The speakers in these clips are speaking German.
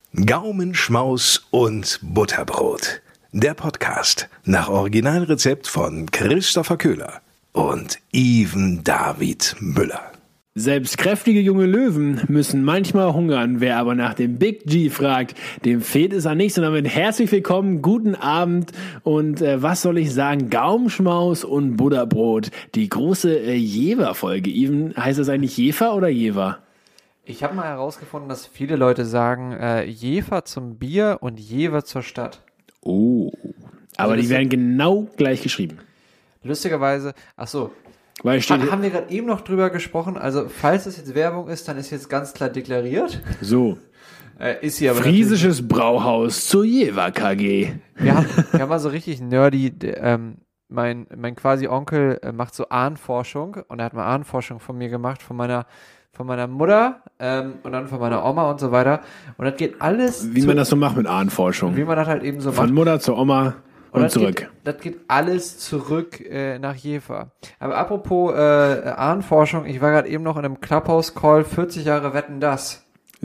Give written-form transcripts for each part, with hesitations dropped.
Gaumenschmaus und Butterbrot. Der Podcast nach Originalrezept von Christopher Köhler und Iven David Müller. Selbst kräftige junge Löwen müssen manchmal hungern. Wer aber nach dem Big G fragt, dem fehlt es an nichts. Und damit herzlich willkommen, guten Abend und was soll ich sagen, Gaumenschmaus und Butterbrot. Die große Jever-Folge. Iven, heißt das eigentlich Jever oder Jever? Ich habe mal herausgefunden, dass viele Leute sagen Jever zum Bier und Jever zur Stadt. Oh, aber Also die werden genau gleich geschrieben. Lustigerweise, Weil steht, haben wir gerade eben noch drüber gesprochen, also falls das jetzt Werbung ist, dann ist jetzt ganz klar deklariert. so, Ist sie aber Friesisches Brauhaus zur Jever KG. Wir haben mal so richtig nerdy, mein quasi Onkel macht so Ahnenforschung und er hat mal Ahnenforschung von mir gemacht, von meiner Mutter und dann von meiner Oma und so weiter. Und das geht alles Wie man das so macht mit Ahnenforschung. wie man das halt eben so Von macht. Mutter zur Oma und das zurück. Das geht alles zurück nach Jever. Aber apropos Ahnenforschung, ich war gerade eben noch in einem Clubhouse-Call, 40 Jahre Wetten, das.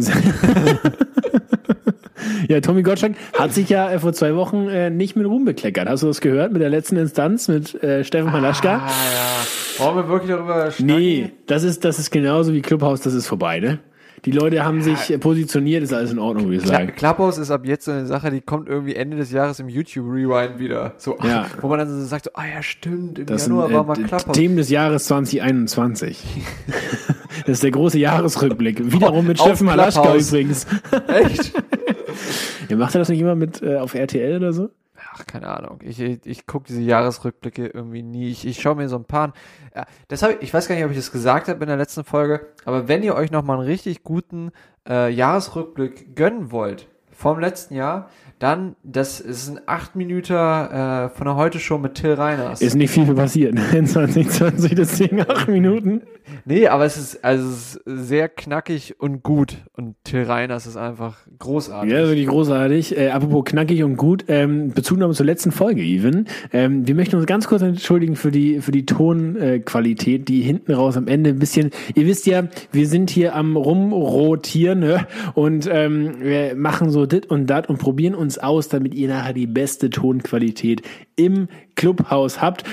Ja, Tommy Gottschalk hat sich ja vor 2 Wochen nicht mit Ruhm bekleckert. Hast du das gehört mit der letzten Instanz mit Steffen Halaschka? Ah ja, wollen wir wirklich darüber schnacken? Nee, das ist genauso wie Clubhouse, das ist vorbei, ne? Die Leute haben sich positioniert, ist alles in Ordnung, würde ich sagen. Clubhouse ist ab jetzt so eine Sache, die kommt irgendwie Ende des Jahres im YouTube-Rewind wieder. So, Ja. wo man dann so sagt, so, ja stimmt, im Das Januar sind war mal Clubhouse. Themen des Jahres 2021. Das ist der große Jahresrückblick. Wiederum mit Auf Steffen Halaschka Clubhouse. übrigens. Echt? Ja, macht er das nicht immer mit auf RTL oder so? Ach, keine Ahnung. Ich gucke diese Jahresrückblicke irgendwie nie. Ich schaue mir so ein paar an. Ja, ich weiß gar nicht, ob ich das gesagt habe in der letzten Folge, aber wenn ihr euch nochmal einen richtig guten Jahresrückblick gönnen wollt vom letzten Jahr, dann, das ist ein 8 Minuten von der Heute-Show mit Till Reiners. Ist nicht viel passiert in 2020, deswegen 8 Minuten. Nee, aber es ist sehr knackig und gut. Und Till Reiners ist einfach großartig. Ja, wirklich großartig. Apropos knackig und gut, Bezugnahme zur letzten Folge, Even. Wir möchten uns ganz kurz entschuldigen für die Tonqualität, die hinten raus am Ende ein bisschen, ihr wisst ja, wir sind hier am Rumrotieren, ne? Und wir machen so dit und dat und probieren uns aus, damit ihr nachher die beste Tonqualität im Clubhaus habt.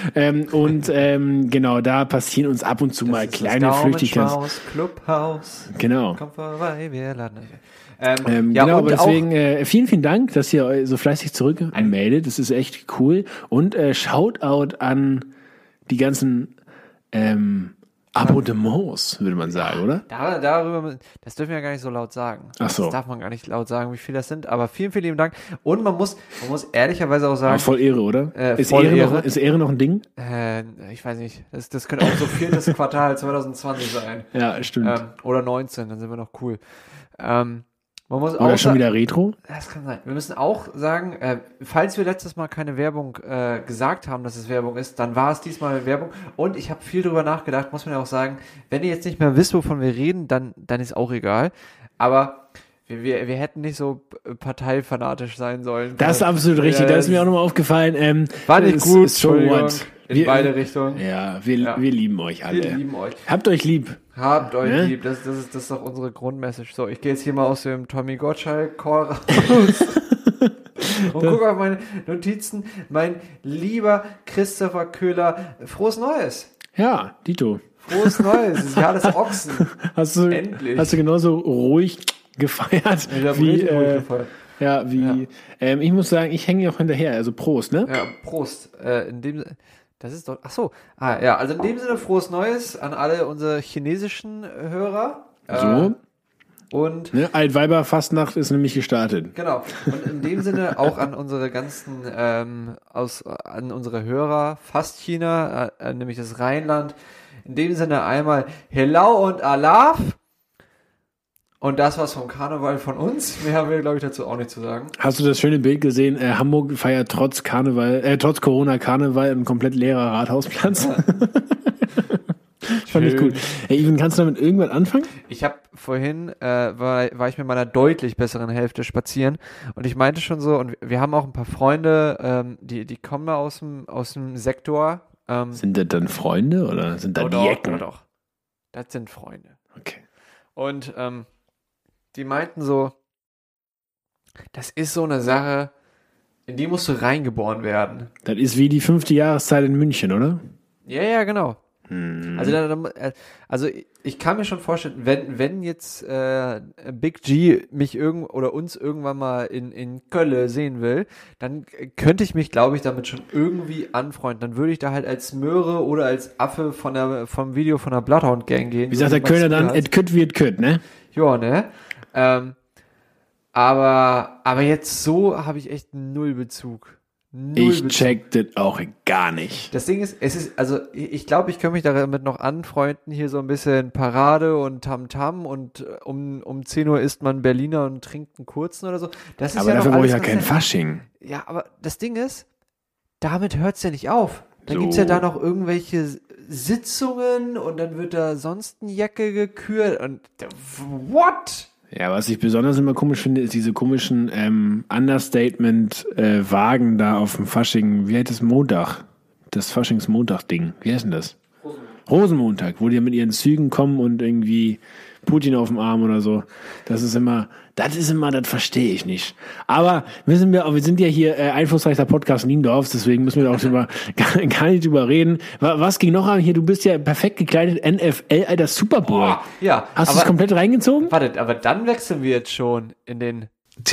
Genau, da passieren uns ab und zu mal kleine Flüchtigkeiten. Clubhaus. Genau. Komm vorbei, wir laden euch. Genau, aber deswegen vielen, vielen Dank, dass ihr euch so fleißig zurückmeldet. Das ist echt cool. Und Shoutout an die ganzen Abonnements, würde man sagen, oder? Darüber, das dürfen wir ja gar nicht so laut sagen. Ach so. Das darf man gar nicht laut sagen, wie viel das sind. Aber vielen, vielen lieben Dank. Und man muss ehrlicherweise auch sagen, Voll Ehre, oder? voll Ehre. Ist Ehre noch ein Ding? Ich weiß nicht, das könnte auch so 4. Quartal 2020 sein. Ja, stimmt. Oder 19, dann sind wir noch cool. Man muss Oder auch schon wieder Retro? Das kann sein. Wir müssen auch sagen, falls wir letztes Mal keine Werbung gesagt haben, dass es Werbung ist, dann war es diesmal Werbung. Und ich habe viel drüber nachgedacht, muss man ja auch sagen, wenn ihr jetzt nicht mehr wisst, wovon wir reden, dann ist auch egal. Aber wir hätten nicht so parteifanatisch sein sollen. Das ist absolut richtig. Das ist mir auch nochmal aufgefallen. War nicht gut, so what? In beide Richtungen. Ja, wir lieben euch alle. Wir lieben euch. Habt euch lieb. Habt euch Ne? lieb, das ist doch unsere Grundmessage. So, ich gehe jetzt hier mal aus dem Tommy Gottschalk-Call raus und gucke auf meine Notizen. Mein lieber Christopher Köhler, frohes Neues. Ja, Dito. Frohes Neues, das Jahr des Ochsen. Endlich. Hast du genauso ruhig gefeiert Ich hab wie, richtig gut gefallen. ja, wie, ich muss sagen, ich hänge auch hinterher, also Prost, ne? Ja, Prost. Das ist doch, ja, also in dem Sinne frohes Neues an alle unsere chinesischen Hörer. So. Und Ne? Altweiberfastnacht ist nämlich gestartet. genau. Und in dem Sinne auch an unsere ganzen, an unsere Hörer, fast China, nämlich das Rheinland. In dem Sinne einmal Hello und Alaf. Und das war's vom Karneval von uns. Mehr haben wir, glaube ich, dazu auch nicht zu sagen. Hast du das schöne Bild gesehen? Hamburg feiert trotz Corona Karneval ein komplett leerer Rathausplatz. Fand ich gut. Hey, Ivan, kannst du damit irgendwann anfangen? Ich habe vorhin, war ich mit meiner deutlich besseren Hälfte spazieren und ich meinte schon so, und wir haben auch ein paar Freunde, die kommen aus dem Sektor. Sind das dann Freunde oder sind das die Jecken? Doch. Das sind Freunde. Okay. Und die meinten so, Das ist so eine Sache, in die musst du reingeboren werden. Das ist wie die 5. Jahreszeit in München, oder? Ja, genau. Also ich kann mir schon vorstellen, wenn jetzt Big G mich uns irgendwann mal in Köln sehen will, dann könnte ich mich, glaube ich, damit schon irgendwie anfreunden. Dann würde ich da halt als Möhre oder als Affe vom Video von der Bloodhound Gang gehen. Wie sagt der Kölner dann, et kütt wie et kütt, ne? Ja, ne? Aber jetzt so habe ich echt null Bezug. Ich check das auch gar nicht. Das Ding ist, ich glaube, ich kann mich damit noch anfreunden, hier so ein bisschen Parade und Tamtam und um 10 Uhr isst man Berliner und trinkt einen kurzen oder so. Das ist aber ja dafür noch brauche ich alles ja kein Fasching. Ja, aber das Ding ist, damit hört es ja nicht auf. Dann So. gibt's ja da noch irgendwelche Sitzungen und dann wird da sonst ein Jacke gekürt und what? Ja, was ich besonders immer komisch finde, ist diese komischen Understatement-Wagen da auf dem Fasching, wie heißt das, Montag? Das Faschingsmontag-Ding. Wie heißt denn das? Rosenmontag, wo die mit ihren Zügen kommen und irgendwie Putin auf dem Arm oder so. Das verstehe ich nicht. Aber wir sind ja hier einflussreicher Podcast Niendorfs, deswegen müssen wir da auch gar nicht drüber reden. Was ging noch an hier? Du bist ja perfekt gekleidet, NFL, Alter, Super Bowl. Ja. Hast du es komplett reingezogen? Warte, aber dann wechseln wir jetzt schon in den...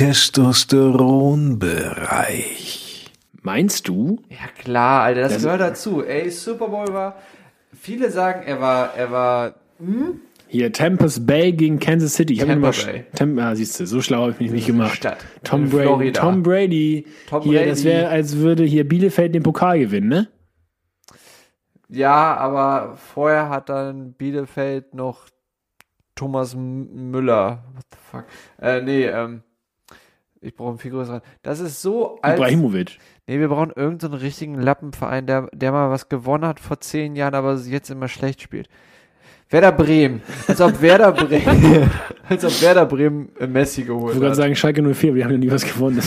Testosteronbereich. Meinst du? Ja klar, Alter, das gehört dazu. Ey, Super Bowl war... Viele sagen, er war Hier, Tampa Bay gegen Kansas City. Ich Tampa Bay. Siehst du, so schlau habe ich mich nicht gemacht. Stadt. Tom In Brady. Florida. Tom Brady. Hier, das wäre, als würde hier Bielefeld den Pokal gewinnen, ne? Ja, aber vorher hat dann Bielefeld noch Thomas Müller. What the fuck? Ich brauche einen viel größeren. Das ist so als... Ibrahimovic. Nee, wir brauchen irgendeinen richtigen Lappenverein, der mal was gewonnen hat vor 10 Jahren, aber jetzt immer schlecht spielt. Werder Bremen. Als ob Werder Bremen Messi Ich geholt wollte gerade hat. sagen, Schalke 04, wir haben ja nie was gewonnen.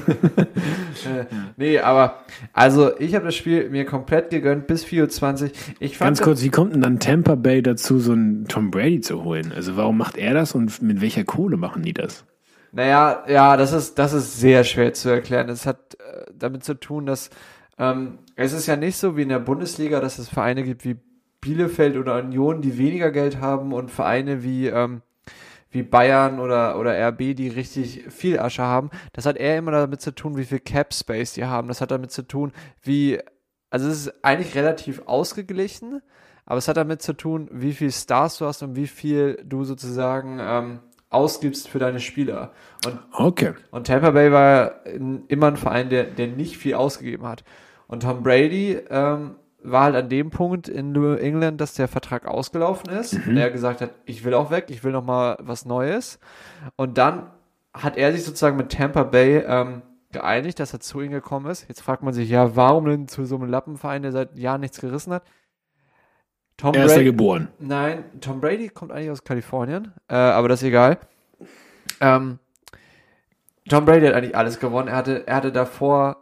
Nee, aber also ich habe das Spiel mir komplett gegönnt bis 24. Ich fand Ganz kurz, wie kommt denn dann Tampa Bay dazu, so einen Tom Brady zu holen? Also warum macht er das und mit welcher Kohle machen die das? Naja, ja, das ist sehr schwer zu erklären. Es hat damit zu tun, dass es ist ja nicht so wie in der Bundesliga, dass es Vereine gibt wie Bielefeld oder Union, die weniger Geld haben und Vereine wie Bayern oder RB, die richtig viel Asche haben. Das hat eher immer damit zu tun, wie viel Cap Space die haben. Das hat damit zu tun, also es ist eigentlich relativ ausgeglichen, aber es hat damit zu tun, wie viel Stars du hast und wie viel du sozusagen ausgibst für deine Spieler. Und Tampa Bay war immer ein Verein, der nicht viel ausgegeben hat. Und Tom Brady war halt an dem Punkt in New England, dass der Vertrag ausgelaufen ist und er gesagt hat, ich will auch weg, ich will noch mal was Neues. Und dann hat er sich sozusagen mit Tampa Bay geeinigt, dass er zu ihm gekommen ist. Jetzt fragt man sich, ja, warum denn zu so einem Lappenverein, der seit Jahren nichts gerissen hat? Er ist ja geboren. Nein, Tom Brady kommt eigentlich aus Kalifornien, aber das ist egal. Tom Brady hat eigentlich alles gewonnen. Er hatte davor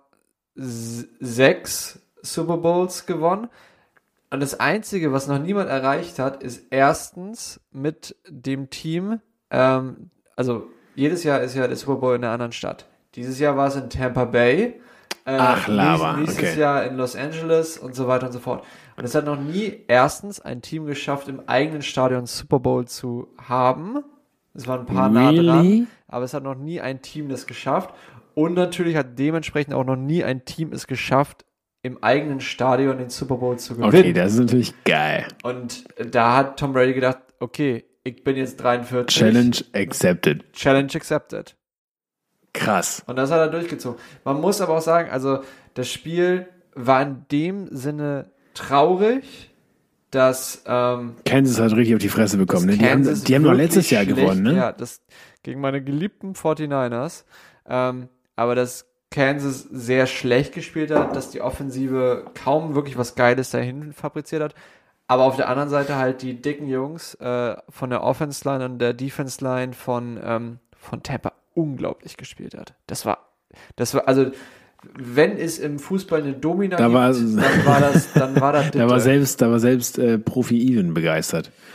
6 Super Bowls gewonnen. Und das Einzige, was noch niemand erreicht hat, ist erstens mit dem Team, also jedes Jahr ist ja der Super Bowl in einer anderen Stadt. Dieses Jahr war es in Tampa Bay. Ach, Lava. Nächstes Jahr in Los Angeles und so weiter und so fort. Und es hat noch nie erstens ein Team geschafft, im eigenen Stadion Super Bowl zu haben. Es waren ein paar nah dran, aber es hat noch nie ein Team das geschafft. Und natürlich hat dementsprechend auch noch nie ein Team es geschafft, im eigenen Stadion den Super Bowl zu gewinnen. Okay, das ist natürlich geil. Und da hat Tom Brady gedacht, okay, ich bin jetzt 43. Challenge accepted. Challenge accepted. Krass. Und das hat er durchgezogen. Man muss aber auch sagen, also das Spiel war in dem Sinne traurig, dass Kansas hat richtig auf die Fresse bekommen. Ne? Die haben doch letztes Jahr gewonnen, ne? Ja, das gegen meine geliebten 49ers. Aber dass Kansas sehr schlecht gespielt hat, dass die Offensive kaum wirklich was Geiles dahin fabriziert hat. Aber auf der anderen Seite halt die dicken Jungs von der Offense-Line und der Defense-Line von Tampa unglaublich gespielt hat. Das war also, wenn es im Fußball eine Domina dann war das da war selbst Profi Even begeistert.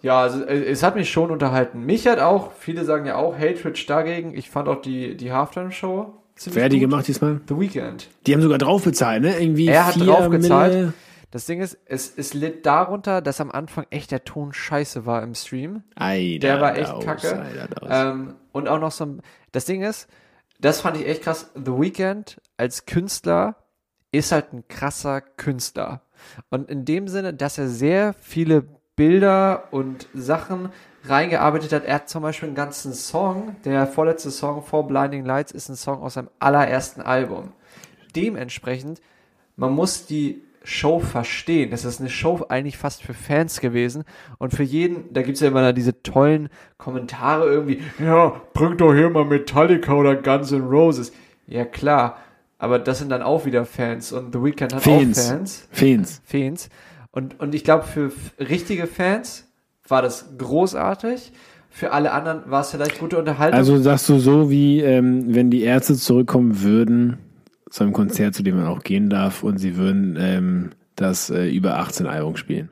Ja, also es hat mich schon unterhalten. Mich hat auch, viele sagen ja auch, Hatred dagegen. Ich fand auch die Halftime-Show ziemlich Wer hat die gut. gemacht diesmal? The Weeknd. Die haben sogar drauf bezahlt, ne? Irgendwie Er hat 4 drauf gezahlt. Mille. Das Ding ist, es litt darunter, dass am Anfang echt der Ton scheiße war im Stream. Der war echt kacke. Und auch noch so ein, das Ding ist, das fand ich echt krass. The Weeknd als Künstler ist halt ein krasser Künstler. Und in dem Sinne, dass er sehr viele Bilder und Sachen reingearbeitet hat. Er hat zum Beispiel einen ganzen Song, der vorletzte Song, For Blinding Lights, ist ein Song aus seinem allerersten Album. Dementsprechend, man muss die Show verstehen. Das ist eine Show eigentlich fast für Fans gewesen und für jeden, da gibt's ja immer diese tollen Kommentare irgendwie, ja, bringt doch hier mal Metallica oder Guns N' Roses. Ja klar, aber das sind dann auch wieder Fans und The Weeknd hat Fans. auch Fans. Und ich glaube, für richtige Fans war das großartig, für alle anderen war es vielleicht gute Unterhaltung. Also sagst du so, wie wenn die Ärzte zurückkommen würden zu einem Konzert, zu dem man auch gehen darf und sie würden das über 18 Album spielen.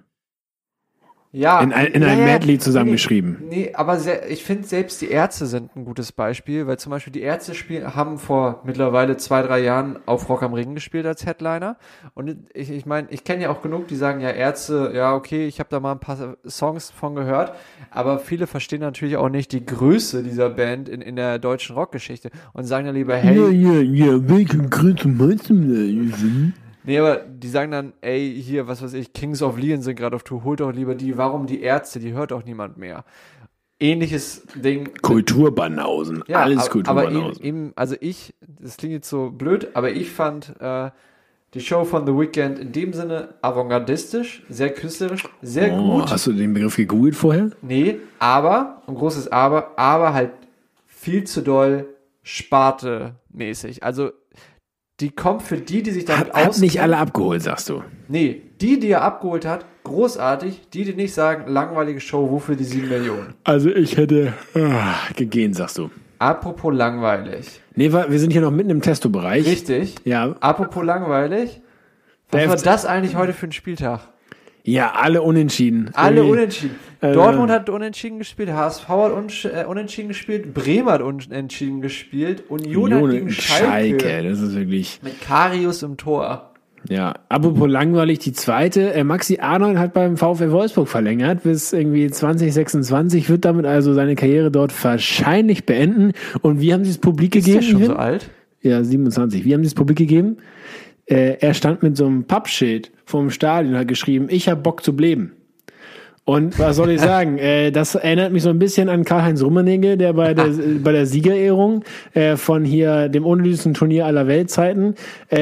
Ja, in einem Medley zusammengeschrieben. Nee, aber ich finde, selbst die Ärzte sind ein gutes Beispiel, weil zum Beispiel die Ärzte haben vor mittlerweile 2-3 Jahren auf Rock am Ring gespielt als Headliner. Und ich meine, ich kenne ja auch genug, die sagen, ja, Ärzte, ja, okay, ich habe da mal ein paar Songs von gehört, aber viele verstehen natürlich auch nicht die Größe dieser Band in der deutschen Rockgeschichte und sagen dann lieber, hey... Ja, welche Größe meinst du denn? Nee, aber die sagen dann, ey, hier, was weiß ich, Kings of Leon sind gerade auf Tour, holt doch lieber die, warum die Ärzte, die hört auch niemand mehr. Ähnliches Ding. Kulturbanausen, Ja, alles Kulturbanausen. Aber eben, also das klingt jetzt so blöd, aber ich fand die Show von The Weeknd in dem Sinne avantgardistisch, sehr künstlerisch, sehr gut. Hast du den Begriff gegoogelt vorher? Nee, aber, ein großes Aber halt viel zu doll Sparte-mäßig. Also, die kommt für die sich damit Hat nicht alle abgeholt, sagst du. Nee, die er abgeholt hat, großartig. Die nicht sagen, langweilige Show, wofür die 7 Millionen? Also ich hätte gegeben, sagst du. Apropos langweilig. Nee, wir sind hier noch mitten im Testo-Bereich. Richtig. Ja. Apropos langweilig. Was war das eigentlich heute für ein Spieltag? Ja, alle unentschieden. Alle unentschieden. Dortmund hat unentschieden gespielt, HSV hat unentschieden gespielt, Bremen hat unentschieden gespielt, Union hat gegen Schalke. Das ist wirklich... Mit Karius im Tor. Ja, apropos langweilig, die zweite. Maxi Arnold hat beim VfL Wolfsburg verlängert bis irgendwie 2026, wird damit also seine Karriere dort wahrscheinlich beenden. Und wie haben sie es publik gegeben? Ist der schon so alt? Ja, 27. Wie haben sie es publik gegeben? Er stand mit so einem Pappschild vorm Stadion und hat geschrieben, ich hab Bock zu bleiben. Und was soll ich sagen? Das erinnert mich so ein bisschen an Karl-Heinz Rummenigge, der bei der Siegerehrung von hier dem unnötigsten Turnier aller Weltzeiten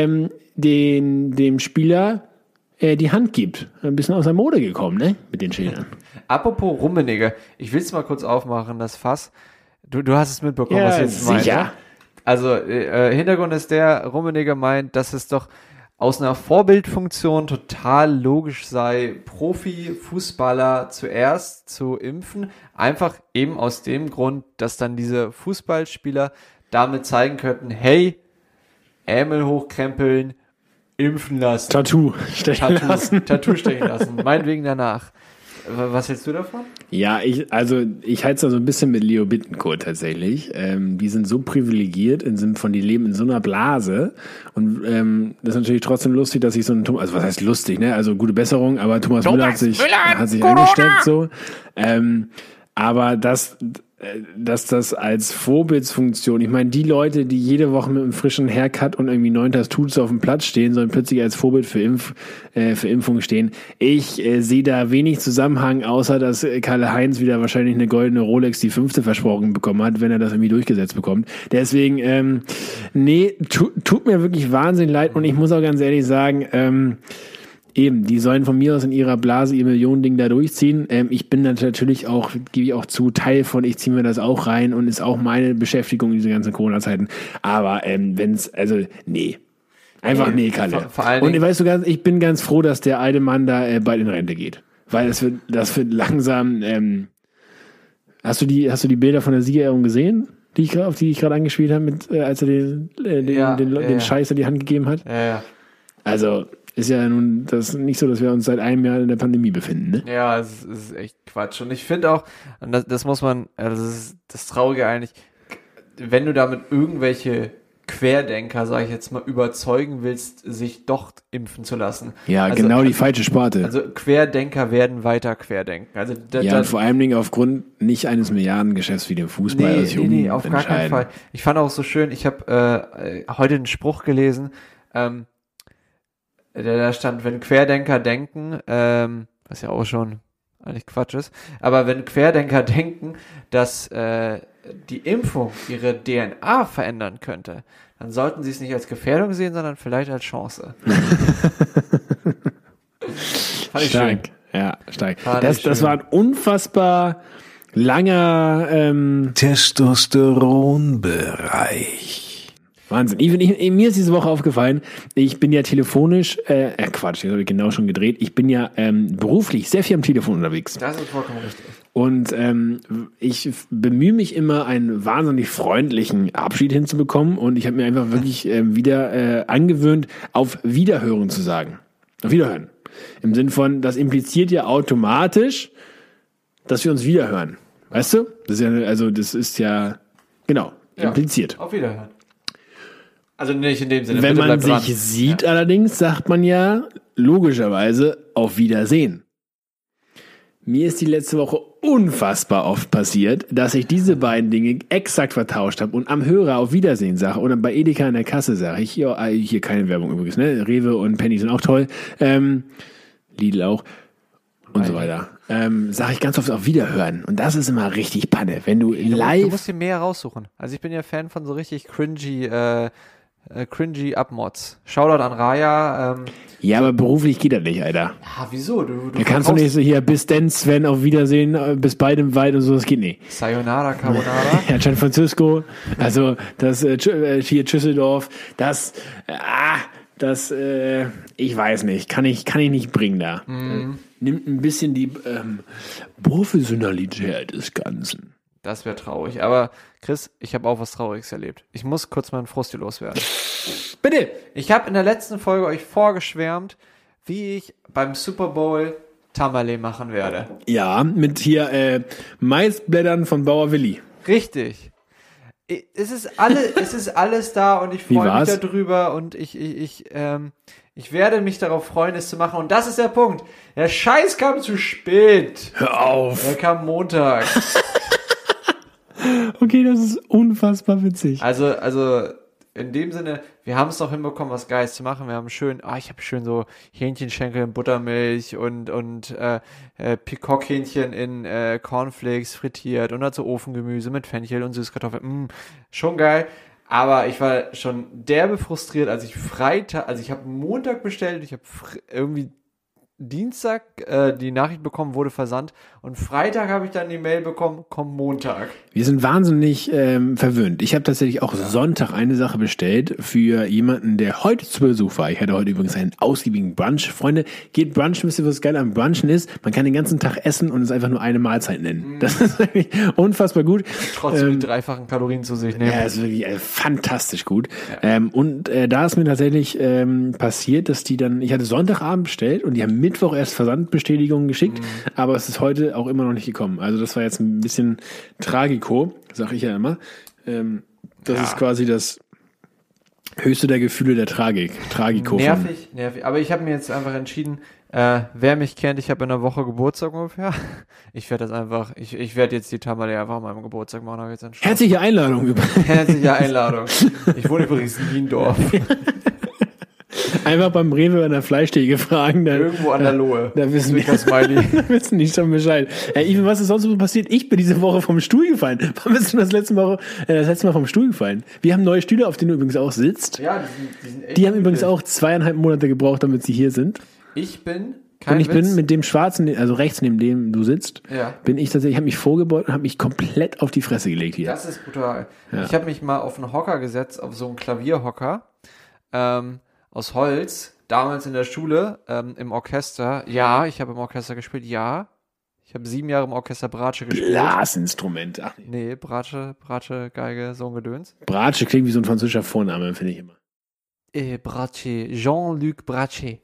dem Spieler die Hand gibt. Ein bisschen aus der Mode gekommen, ne? Mit den Schildern. Apropos Rummenigge, ich will es mal kurz aufmachen, das Fass. Du hast es mitbekommen, ja, was ich jetzt meine. Sicher. Also, Hintergrund ist der, Rummenigge meint, dass es doch aus einer Vorbildfunktion total logisch sei, Profifußballer zuerst zu impfen. Einfach eben aus dem Grund, dass dann diese Fußballspieler damit zeigen könnten, hey, Ärmel hochkrempeln, impfen lassen. Tattoo stechen lassen. Meinetwegen danach. Was hältst du davon? Ja, ich halte es da so ein bisschen mit Leo Bittencourt tatsächlich. Die sind so privilegiert im Sinne von, die leben in so einer Blase. Und das ist natürlich trotzdem lustig, dass sich so ein also was heißt lustig, ne? Also gute Besserung, aber Thomas Müller hat sich angesteckt so. Aber dass das als Vorbildsfunktion, ich meine, die Leute, die jede Woche mit einem frischen Haircut und irgendwie 9 Tattoos auf dem Platz stehen, sollen plötzlich als Vorbild für Impfung stehen. Ich sehe da wenig Zusammenhang, außer dass Karl-Heinz wieder wahrscheinlich eine goldene Rolex, die 5. versprochen bekommen hat, wenn er das irgendwie durchgesetzt bekommt. Deswegen, tut mir wirklich wahnsinnig leid und ich muss auch ganz ehrlich sagen, eben, die sollen von mir aus in ihrer Blase ihr Millionending da durchziehen. Ich bin natürlich auch, gebe ich auch zu, Teil von, ich ziehe mir das auch rein und ist auch meine Beschäftigung in diese ganzen Corona-Zeiten. Aber nee. Einfach nee, Kalle. Vor allen Dingen, und weißt du, ich bin ganz froh, dass der alte Mann da bald in Rente geht. Weil das wird langsam, hast du die Bilder von der Siegerehrung gesehen? Auf die ich gerade angespielt habe, als er den Scheiß in die Hand gegeben hat? Ja. Also, Ist ja nun das nicht so, dass wir uns seit einem Jahr in der Pandemie befinden, ne? Ja, es ist echt Quatsch. Und ich finde auch, und das muss man, das ist das Traurige eigentlich, wenn du damit irgendwelche Querdenker, sage ich jetzt mal, überzeugen willst, sich doch impfen zu lassen. Ja, also, genau die falsche Sparte. Also Querdenker werden weiter querdenken. Also und vor allen Dingen aufgrund nicht eines Milliardengeschäfts wie dem Fußball. Nee, auf gar keinen Fall. Ich fand auch so schön, ich habe heute einen Spruch gelesen, da stand, wenn Querdenker denken, was ja auch schon eigentlich Quatsch ist, aber wenn Querdenker denken, dass die Impfung ihre DNA verändern könnte, dann sollten sie es nicht als Gefährdung sehen, sondern vielleicht als Chance. Fand ich stark. Schön. Ja, stark. Das war ein unfassbar langer Testosteronbereich. Wahnsinn. Mir ist diese Woche aufgefallen, ich bin ja telefonisch, Quatsch, das habe ich genau schon gedreht, ich bin ja beruflich sehr viel am Telefon unterwegs. Das ist vollkommen richtig. Und ich bemühe mich immer, einen wahnsinnig freundlichen Abschied hinzubekommen und ich habe mir einfach wirklich wieder angewöhnt, auf Wiederhören zu sagen. Auf Wiederhören. Im Sinn von, das impliziert ja automatisch, dass wir uns wiederhören. Weißt du? Das ist ja, genau, impliziert. Auf Wiederhören. Also nicht in dem Sinne. Wenn man sich sieht allerdings, sagt man ja logischerweise auf Wiedersehen. Mir ist die letzte Woche unfassbar oft passiert, dass ich diese beiden Dinge exakt vertauscht habe und am Hörer auf Wiedersehen sage oder bei Edeka in der Kasse sage ich, hier keine Werbung übrigens, ne? Rewe und Penny sind auch toll, Lidl auch und so weiter. Sage ich ganz oft auf Wiederhören und das ist immer richtig Panne, wenn du live... Du musst dir mehr raussuchen. Also ich bin ja Fan von so richtig cringy Upmods. Shoutout an Raya. Ja, aber beruflich geht das nicht, Alter. Ja, wieso? Du kannst doch nicht so hier, bis denn, Sven, auf Wiedersehen, bis beidem weit und so, das geht nicht. Sayonara Carbonara. Ja, San Francisco, also das hier Düsseldorf, ich weiß nicht, kann ich nicht bringen da. Nimmt ein bisschen die Professionalität des Ganzen. Das wäre traurig. Aber Chris, ich habe auch was Trauriges erlebt. Ich muss kurz meinen Frust hier loswerden. Bitte! Ich habe in der letzten Folge euch vorgeschwärmt, wie ich beim Super Bowl Tamale machen werde. Ja, mit hier Maisblättern von Bauer Willi. Richtig. Es ist alles da und ich freue mich darüber und ich werde mich darauf freuen, es zu machen. Und das ist der Punkt. Der Scheiß kam zu spät. Hör auf. Er kam Montag. Okay, das ist unfassbar witzig. Also in dem Sinne, wir haben es doch hinbekommen, was Geiles zu machen. Wir haben ich habe schön so Hähnchenschenkel in Buttermilch und Pikockhähnchen in Cornflakes frittiert und dazu Ofengemüse mit Fenchel und Süßkartoffeln. Schon geil. Aber ich war schon derbe frustriert, als ich habe Montag bestellt, ich habe irgendwie Dienstag die Nachricht bekommen, wurde versandt und Freitag habe ich dann die Mail bekommen, kommt Montag. Wir sind wahnsinnig verwöhnt. Ich habe tatsächlich auch Sonntag eine Sache bestellt für jemanden, der heute zu Besuch war. Ich hatte heute übrigens einen ausgiebigen Brunch. Freunde, geht brunchen, wisst ihr, was geil am Brunchen ist? Man kann den ganzen Tag essen und es einfach nur eine Mahlzeit nennen. Das ist wirklich unfassbar gut. Trotzdem die dreifachen Kalorien zu sich nehmen. Ja, ist wirklich fantastisch gut. Ja. Da ist mir tatsächlich passiert, dass ich hatte Sonntagabend bestellt und die haben Mittwoch erst Versandbestätigungen geschickt, aber es ist heute auch immer noch nicht gekommen. Also das war jetzt ein bisschen Tragiko, sag ich ja immer. Das ist quasi das höchste der Gefühle der Tragiko. Nervig. Aber ich habe mir jetzt einfach entschieden, wer mich kennt, ich habe in einer Woche Geburtstag ungefähr. Ich werde ich werde jetzt die Tamale einfach an meinem Geburtstag machen. Jetzt Herzliche Einladung übrigens. Herzliche Einladung. Ich wohne übrigens in Niendorf. Einfach beim Rewe an der Fleischtheke fragen. Irgendwo an der Lohe. Da wissen die schon Bescheid. Ivan, was ist sonst so passiert? Ich bin diese Woche vom Stuhl gefallen. Wann bist du das letzte Mal vom Stuhl gefallen? Wir haben neue Stühle, auf denen du übrigens auch sitzt. Ja, die sind echt Die haben übrigens auch 2,5 Monate gebraucht, damit sie hier sind. Ich bin bin mit dem schwarzen, also rechts neben dem du sitzt, ich habe mich vorgebeugt und habe mich komplett auf die Fresse gelegt hier. Das ist brutal. Ja. Ich habe mich mal auf einen Hocker gesetzt, auf so einen Klavierhocker, aus Holz, damals in der Schule, im Orchester. Ja, ich habe im Orchester gespielt, ja. Ich habe 7 Jahre im Orchester Bratsche gespielt. Blasinstrument. Ach nee, Bratsche, Geige, so ein Gedöns. Bratsche klingt wie so ein französischer Vorname, finde ich immer. Brachet, Jean-Luc Brachet.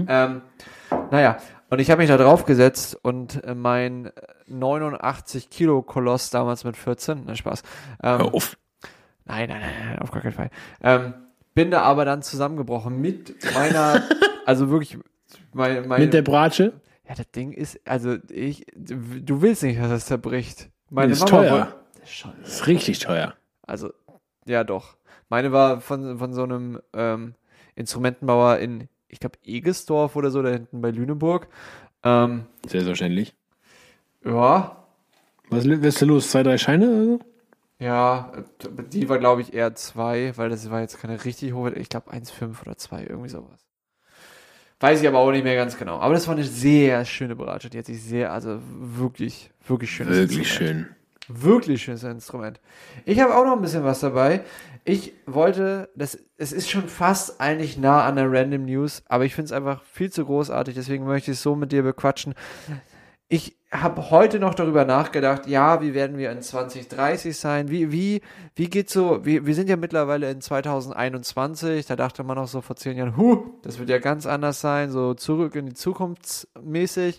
Naja, und ich habe mich da drauf gesetzt und mein 89 Kilo Koloss damals mit 14, na Spaß. Hör auf. Nein, auf gar keinen Fall. Bin da aber dann zusammengebrochen mit meiner, also wirklich, Mit der Bratsche? ja, das Ding ist, also du willst nicht, dass das zerbricht. Meine ist Mama teuer. Das ist richtig teuer. Also, ja doch. Meine war von so einem Instrumentenbauer in, ich glaube, Egesdorf oder so, da hinten bei Lüneburg. Selbstverständlich. Ja, Was ist da los? 2, 3 Scheine oder so? ja, die war, glaube ich, eher 2, weil das war jetzt keine richtig hohe, ich glaube 1,5 oder 2, irgendwie sowas. Weiß ich aber auch nicht mehr ganz genau. Aber das war eine sehr schöne Beratung. Die hat sich also wirklich, wirklich schön. Wirklich schön. Wirklich schönes Instrument. Ich habe auch noch ein bisschen was dabei. Ich wollte, es ist schon fast eigentlich nah an der Random News, aber ich finde es einfach viel zu großartig, deswegen möchte ich es so mit dir bequatschen. Ich habe heute noch darüber nachgedacht, ja, wie werden wir in 2030 sein? Wie geht's so? Wir sind ja mittlerweile in 2021, da dachte man noch so vor 10 Jahren, das wird ja ganz anders sein, so zurück in die Zukunftsmäßig.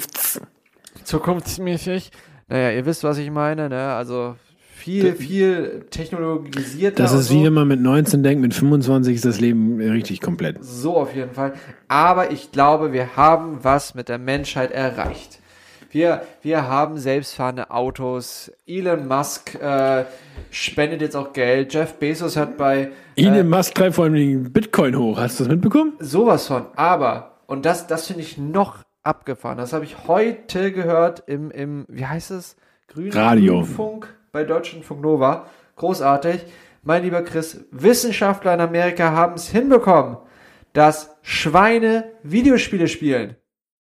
Zukunftsmäßig. Naja, ihr wisst, was ich meine, ne? Also viel technologisierter. Das ist so. wie wenn man mit 19 denkt, mit 25 ist das Leben richtig komplett. So auf jeden Fall. Aber ich glaube, wir haben was mit der Menschheit erreicht. Wir haben selbstfahrende Autos. Elon Musk spendet jetzt auch Geld. Jeff Bezos hat bei Elon Musk treibt vor allem den Bitcoin hoch. Hast du das mitbekommen? sowas von. Aber, und das finde ich noch abgefahren. Das habe ich heute gehört im wie heißt es? Radio. Grünfunk bei Deutschlandfunk Nova. Großartig. Mein lieber Chris, Wissenschaftler in Amerika haben es hinbekommen, dass Schweine Videospiele spielen.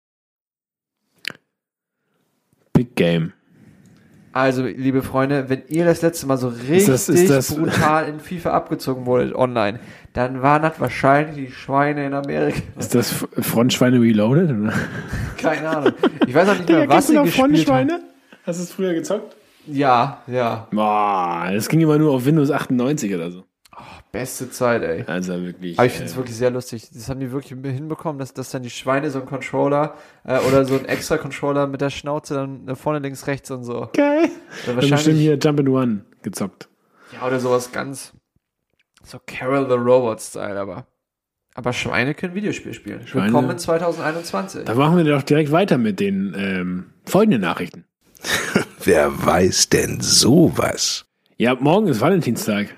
Big Game. Also, liebe Freunde, wenn ihr das letzte Mal so richtig ist das brutal in FIFA abgezogen wurdet online, dann waren das wahrscheinlich die Schweine in Amerika. Ist das Frontschweine Reloaded? Oder? Keine Ahnung. Ich weiß auch nicht mehr, was sie gespielt haben. Hast du es früher gezockt? Ja. Boah, das ging immer nur auf Windows 98 oder so. Beste Zeit, ey. Also wirklich. Aber ich finde es wirklich sehr lustig. Das haben die wirklich hinbekommen, dass dann die Schweine so einen Controller oder so einen extra Controller mit der Schnauze dann vorne, links, rechts und so. Geil. Dann Wahrscheinlich bestimmt hier Jump and One gezockt. Ja, oder sowas ganz so Carol the Robot-Style, aber Schweine können Videospiel spielen. Schweine. Willkommen in 2021. Da machen wir doch direkt weiter mit den folgenden Nachrichten. Wer weiß denn sowas? Ja, morgen ist Valentinstag.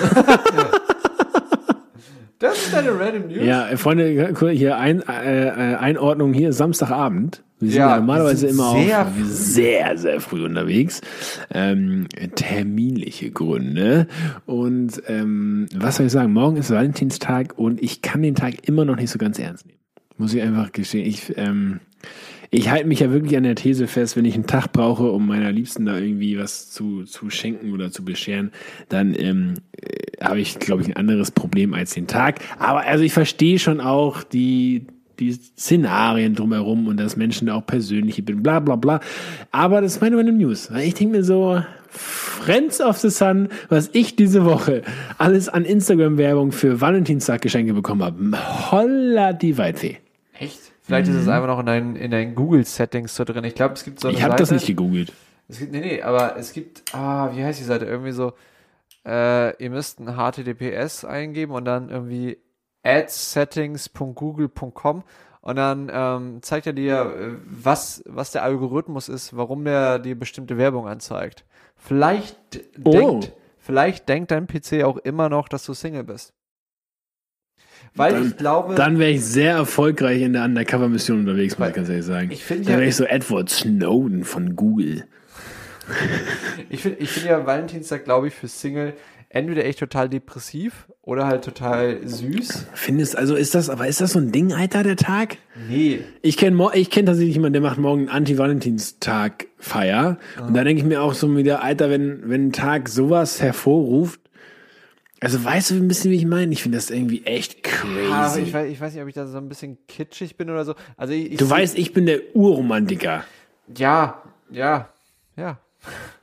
Das ist deine Random News? Ja, Freunde, hier Einordnung hier Samstagabend. Wir sind ja normalerweise wir sind immer sehr sehr, sehr früh unterwegs. Terminliche Gründe. Und was soll ich sagen? Morgen ist Valentinstag und ich kann den Tag immer noch nicht so ganz ernst nehmen. Muss ich einfach gestehen. Ich halte mich ja wirklich an der These fest, wenn ich einen Tag brauche, um meiner Liebsten da irgendwie was zu schenken oder zu bescheren, dann habe ich, glaube ich, ein anderes Problem als den Tag. Aber also ich verstehe schon auch die Szenarien drumherum und dass Menschen da auch persönliche bin, bla bla bla. Aber das ist meine News. Weil ich denke mir so, Friends of the Sun, was ich diese Woche alles an Instagram-Werbung für Valentinstag-Geschenke bekommen habe. Holla die Waldfee. Echt? Vielleicht ist es einfach noch in deinen Google-Settings so drin. Ich glaube, es gibt so eine Ich habe Seite. das nicht gegoogelt. Aber es gibt, wie heißt die Seite? Irgendwie so, ihr müsst ein HTTPS eingeben und dann irgendwie adsettings.google.com und dann zeigt er dir, was der Algorithmus ist, warum der dir bestimmte Werbung anzeigt. Vielleicht denkt dein PC auch immer noch, dass du Single bist. Weil ich glaube... Dann wäre ich sehr erfolgreich in der Undercover-Mission unterwegs, muss ich ganz ehrlich sagen. Dann wäre ich so Edward Snowden von Google. Ich finde ja Valentinstag, glaube ich, für Single entweder echt total depressiv oder halt total süß. Ist das so ein Ding, Alter, der Tag? Nee. Ich kenn tatsächlich jemanden, der macht morgen Anti-Valentinstag-Feier. Und da denke ich mir auch so wieder, Alter, wenn ein Tag sowas hervorruft, also weißt du ein bisschen, wie ich meine? Ich finde das irgendwie echt crazy. Ja, aber ich weiß nicht, ob ich da so ein bisschen kitschig bin oder so. Also du weißt, ich bin der Urromantiker. Ja.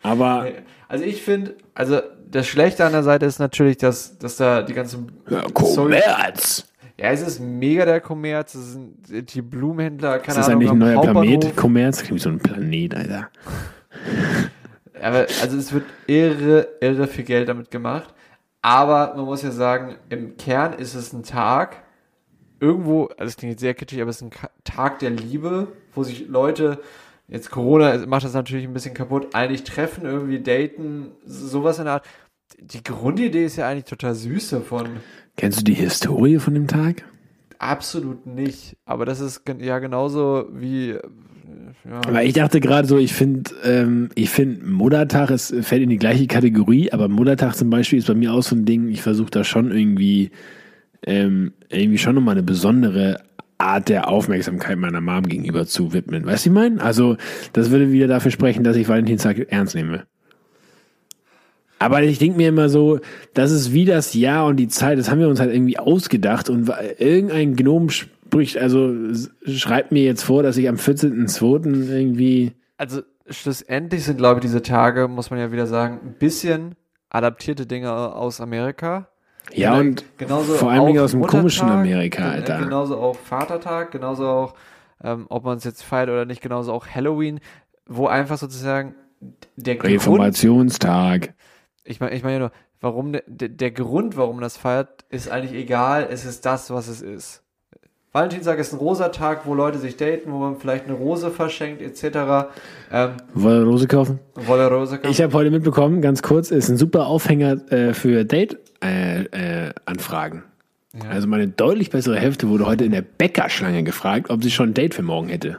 Aber Also ich finde, das Schlechte an der Seite ist natürlich, dass da die ganzen Kommerz. Ja, es ist mega der Kommerz, es sind die Blumenhändler, keine Ist das Ahnung, eigentlich ein am neuer Hauptbahnhof. Planet? Kommerz? Klingt wie so ein Planet, Alter. Aber, also es wird irre viel Geld damit gemacht. Aber man muss ja sagen, im Kern ist es ein Tag, irgendwo, also es klingt jetzt sehr kitschig, aber es ist ein Tag der Liebe, wo sich Leute, jetzt Corona macht das natürlich ein bisschen kaputt, eigentlich treffen, irgendwie daten, sowas in der Art. Die Grundidee ist ja eigentlich total süß davon. Kennst du die Historie von dem Tag? Absolut nicht. Aber das ist ja genauso wie. Ja. Weil ich dachte gerade so, ich finde Muttertag fällt in die gleiche Kategorie, aber Muttertag zum Beispiel ist bei mir auch so ein Ding, ich versuche da schon irgendwie schon nochmal eine besondere Art der Aufmerksamkeit meiner Mom gegenüber zu widmen. Weißt du, ich meine? Also, das würde wieder dafür sprechen, dass ich Valentinstag ernst nehme. Aber ich denke mir immer so, das ist wie das Jahr und die Zeit, das haben wir uns halt irgendwie ausgedacht und irgendein Gnom schreibt mir jetzt vor, dass ich am 14.02. irgendwie... Also schlussendlich sind, glaube ich, diese Tage, muss man ja wieder sagen, ein bisschen adaptierte Dinge aus Amerika. Ja, und genauso vor allem auch aus dem Muttertag, komischen Amerika, Alter. Genauso auch Vatertag, genauso auch, ob man es jetzt feiert oder nicht, genauso auch Halloween, wo einfach sozusagen der Grund... Reformationstag. Ich meine ja nur, warum der Grund, warum man das feiert, ist eigentlich egal, es ist das, was es ist. Valentinstag ist ein rosa Tag, wo Leute sich daten, wo man vielleicht eine Rose verschenkt, etc. Wollen wir Rose kaufen? Rose kaufen? Ich habe heute mitbekommen, ganz kurz, ist ein super Aufhänger für Date-Anfragen. Ja. Also meine deutlich bessere Hälfte wurde heute in der Bäckerschlange gefragt, ob sie schon ein Date für morgen hätte.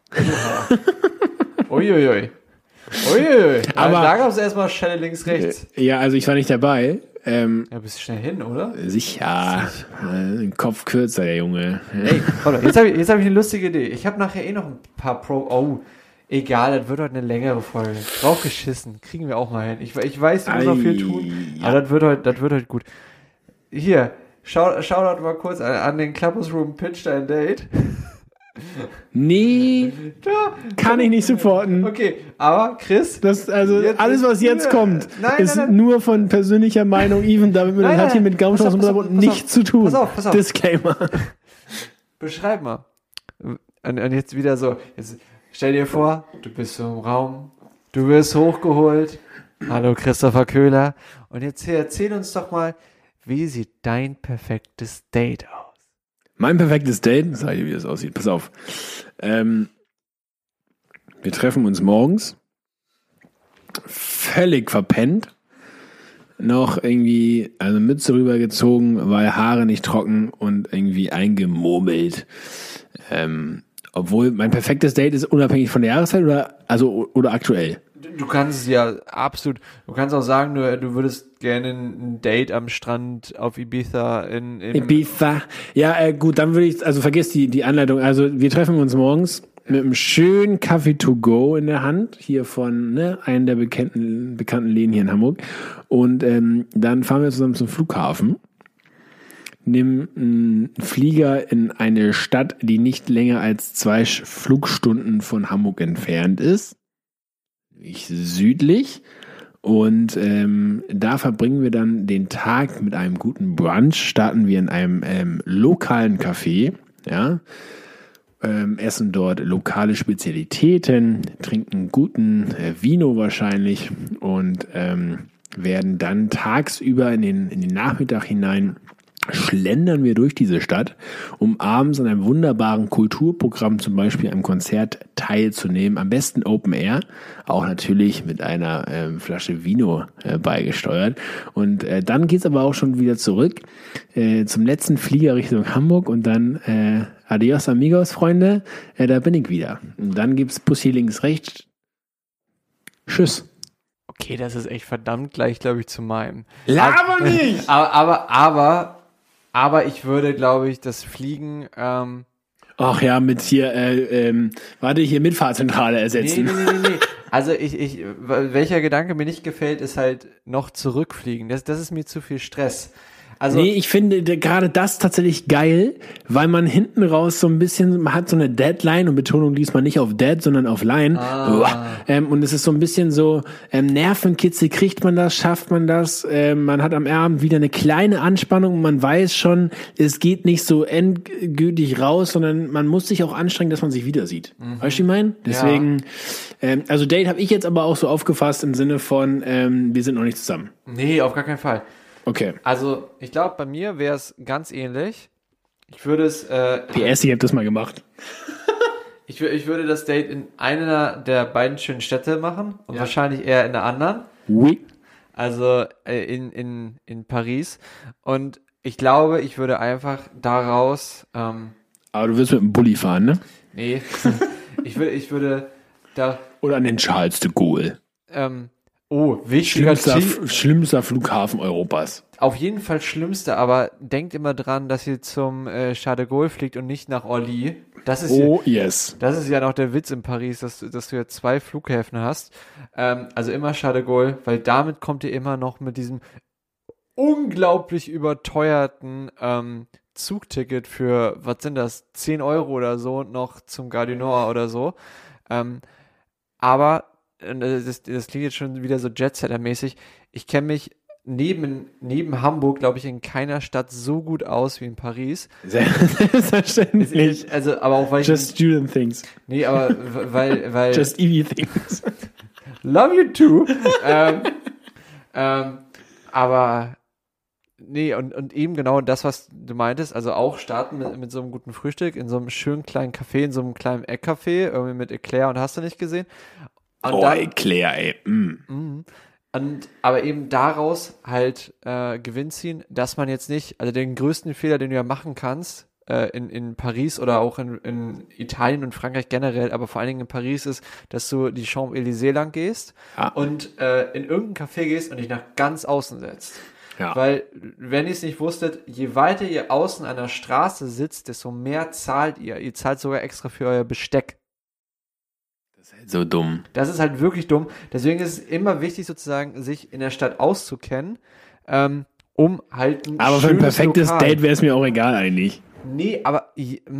Uiuiui. Uiuiui. Aber da gab es erstmal Schelle links, rechts. Ja, also ich war nicht dabei. Ja, bist du schnell hin, oder? Sicher. Ein Kopf kürzer, der Junge. Ey, warte, jetzt hab ich eine lustige Idee. Ich habe nachher noch ein paar egal, das wird heute eine längere Folge. Drauf geschissen. Kriegen wir auch mal hin. Ich weiß, du musst noch viel tun, ja. aber das wird heute gut. Hier, schau doch mal kurz an den Clubhouse Room Pitch dein Date. Nee, kann ich nicht supporten. Okay, aber Chris... Alles, was jetzt kommt, ist nur von persönlicher Meinung. Even David Müller hat hier mit Gaumschloss und nichts zu tun. Pass auf. Disclaimer. Beschreib mal. Und jetzt wieder so, jetzt stell dir vor, du bist so im Raum, du wirst hochgeholt. Hallo Christopher Köhler. Und jetzt erzähl uns doch mal, wie sieht dein perfektes Date aus? Mein perfektes Date, sag ich dir, wie das aussieht. Pass auf. Wir treffen uns morgens. Völlig verpennt. Noch irgendwie, also Mütze rübergezogen, weil Haare nicht trocken und irgendwie eingemurmelt. Obwohl mein perfektes Date ist unabhängig von der Jahreszeit oder aktuell. Du kannst ja absolut, du kannst auch sagen, du würdest gerne ein Date am Strand auf Ibiza Ibiza. Ja, gut, dann würde ich, also vergiss die Anleitung. Also wir treffen uns morgens mit einem schönen Kaffee to go in der Hand, hier von einem der bekannten Läden hier in Hamburg. Und dann fahren wir zusammen zum Flughafen, nehmen einen Flieger in eine Stadt, die nicht länger als 2 Flugstunden von Hamburg entfernt ist. Südlich. Und da verbringen wir dann den Tag mit einem guten Brunch, starten wir in einem lokalen Café, ja, essen dort lokale Spezialitäten, trinken guten Vino wahrscheinlich und werden dann tagsüber in den Nachmittag hinein schlendern wir durch diese Stadt, um abends an einem wunderbaren Kulturprogramm, zum Beispiel einem Konzert, teilzunehmen. Am besten Open Air, auch natürlich mit einer Flasche Vino beigesteuert. Und dann geht's aber auch schon wieder zurück zum letzten Flieger Richtung Hamburg und dann adios amigos, Freunde, da bin ich wieder. Und dann gibt's Pussy links, rechts. Tschüss. Okay, das ist echt verdammt gleich, glaube ich, zu meinem. Laber nicht! Aber ich würde, glaube ich, das Fliegen... Ach ja, mit hier, hier Mitfahrzentrale ersetzen. Nee. Also welcher Gedanke mir nicht gefällt, ist halt noch zurückfliegen. Das ist mir zu viel Stress. Also, Nee, ich finde gerade das tatsächlich geil, weil man hinten raus so ein bisschen, man hat so eine Deadline und Betonung diesmal nicht auf Dead, sondern auf Line. Und es ist so ein bisschen so, Nervenkitzel, kriegt man das, schafft man das, man hat am Abend wieder eine kleine Anspannung und man weiß schon, es geht nicht so endgültig raus, sondern man muss sich auch anstrengen, dass man sich wieder sieht. Weißt du, was ich meine? Deswegen, also Date habe ich jetzt aber auch so aufgefasst im Sinne von, wir sind noch nicht zusammen. nee, auf gar keinen Fall. Okay. Also, ich glaube, bei mir wäre es ganz ähnlich. Ich würde es, PS, ich habe das mal gemacht. ich würde das Date in einer der beiden schönen Städte machen und wahrscheinlich eher in der anderen. Oui. Also in Paris. Und ich glaube, ich würde einfach daraus, Aber du wirst mit dem Bulli fahren, ne? nee, ich würde da, Oder an den Charles de Gaulle. wichtiger Tipp, Schlimmster Flughafen Europas. auf jeden Fall schlimmste, aber denkt immer dran, dass ihr zum Charles de Gaulle fliegt und nicht nach Orly. Das ist Yes. Das ist ja noch der Witz in Paris, dass du ja 2 Flughäfen hast. Also immer Charles de Gaulle, weil damit kommt ihr immer noch mit diesem unglaublich überteuerten Zugticket für, was sind das, 10 Euro oder so, noch zum Gare du Nord oder so. Aber das klingt jetzt schon wieder so Jet-Setter-mäßig. Ich kenne mich neben Hamburg, glaube ich, in keiner Stadt so gut aus wie in Paris. Selbstverständlich. Also, aber auch weil Just student things. nee, aber weil Just Evie things. love you too. Aber nee, und eben genau das, was du meintest, also auch starten mit so einem guten Frühstück in so einem schönen kleinen Café, in so einem kleinen Eckcafé, irgendwie mit Eclair und hast du nicht gesehen. Und Eclair, ey. aber eben daraus halt Gewinn ziehen, dass man jetzt nicht, also den größten Fehler, den du ja machen kannst, in Paris oder auch in Italien und Frankreich generell, aber vor allen Dingen in Paris ist, dass du die Champs-Élysées lang gehst und in irgendein Café gehst und dich nach ganz außen setzt. Ja. Weil, wenn ihr es nicht wusstet, je weiter ihr außen an der Straße sitzt, desto mehr zahlt ihr. Ihr zahlt sogar extra für euer Besteck. Das ist halt so dumm. Das ist halt wirklich dumm. Deswegen ist es immer wichtig, sozusagen, sich in der Stadt auszukennen, um halt ein Aber für ein schönes perfektes Lokal. Date wäre es mir auch egal eigentlich. Nee, aber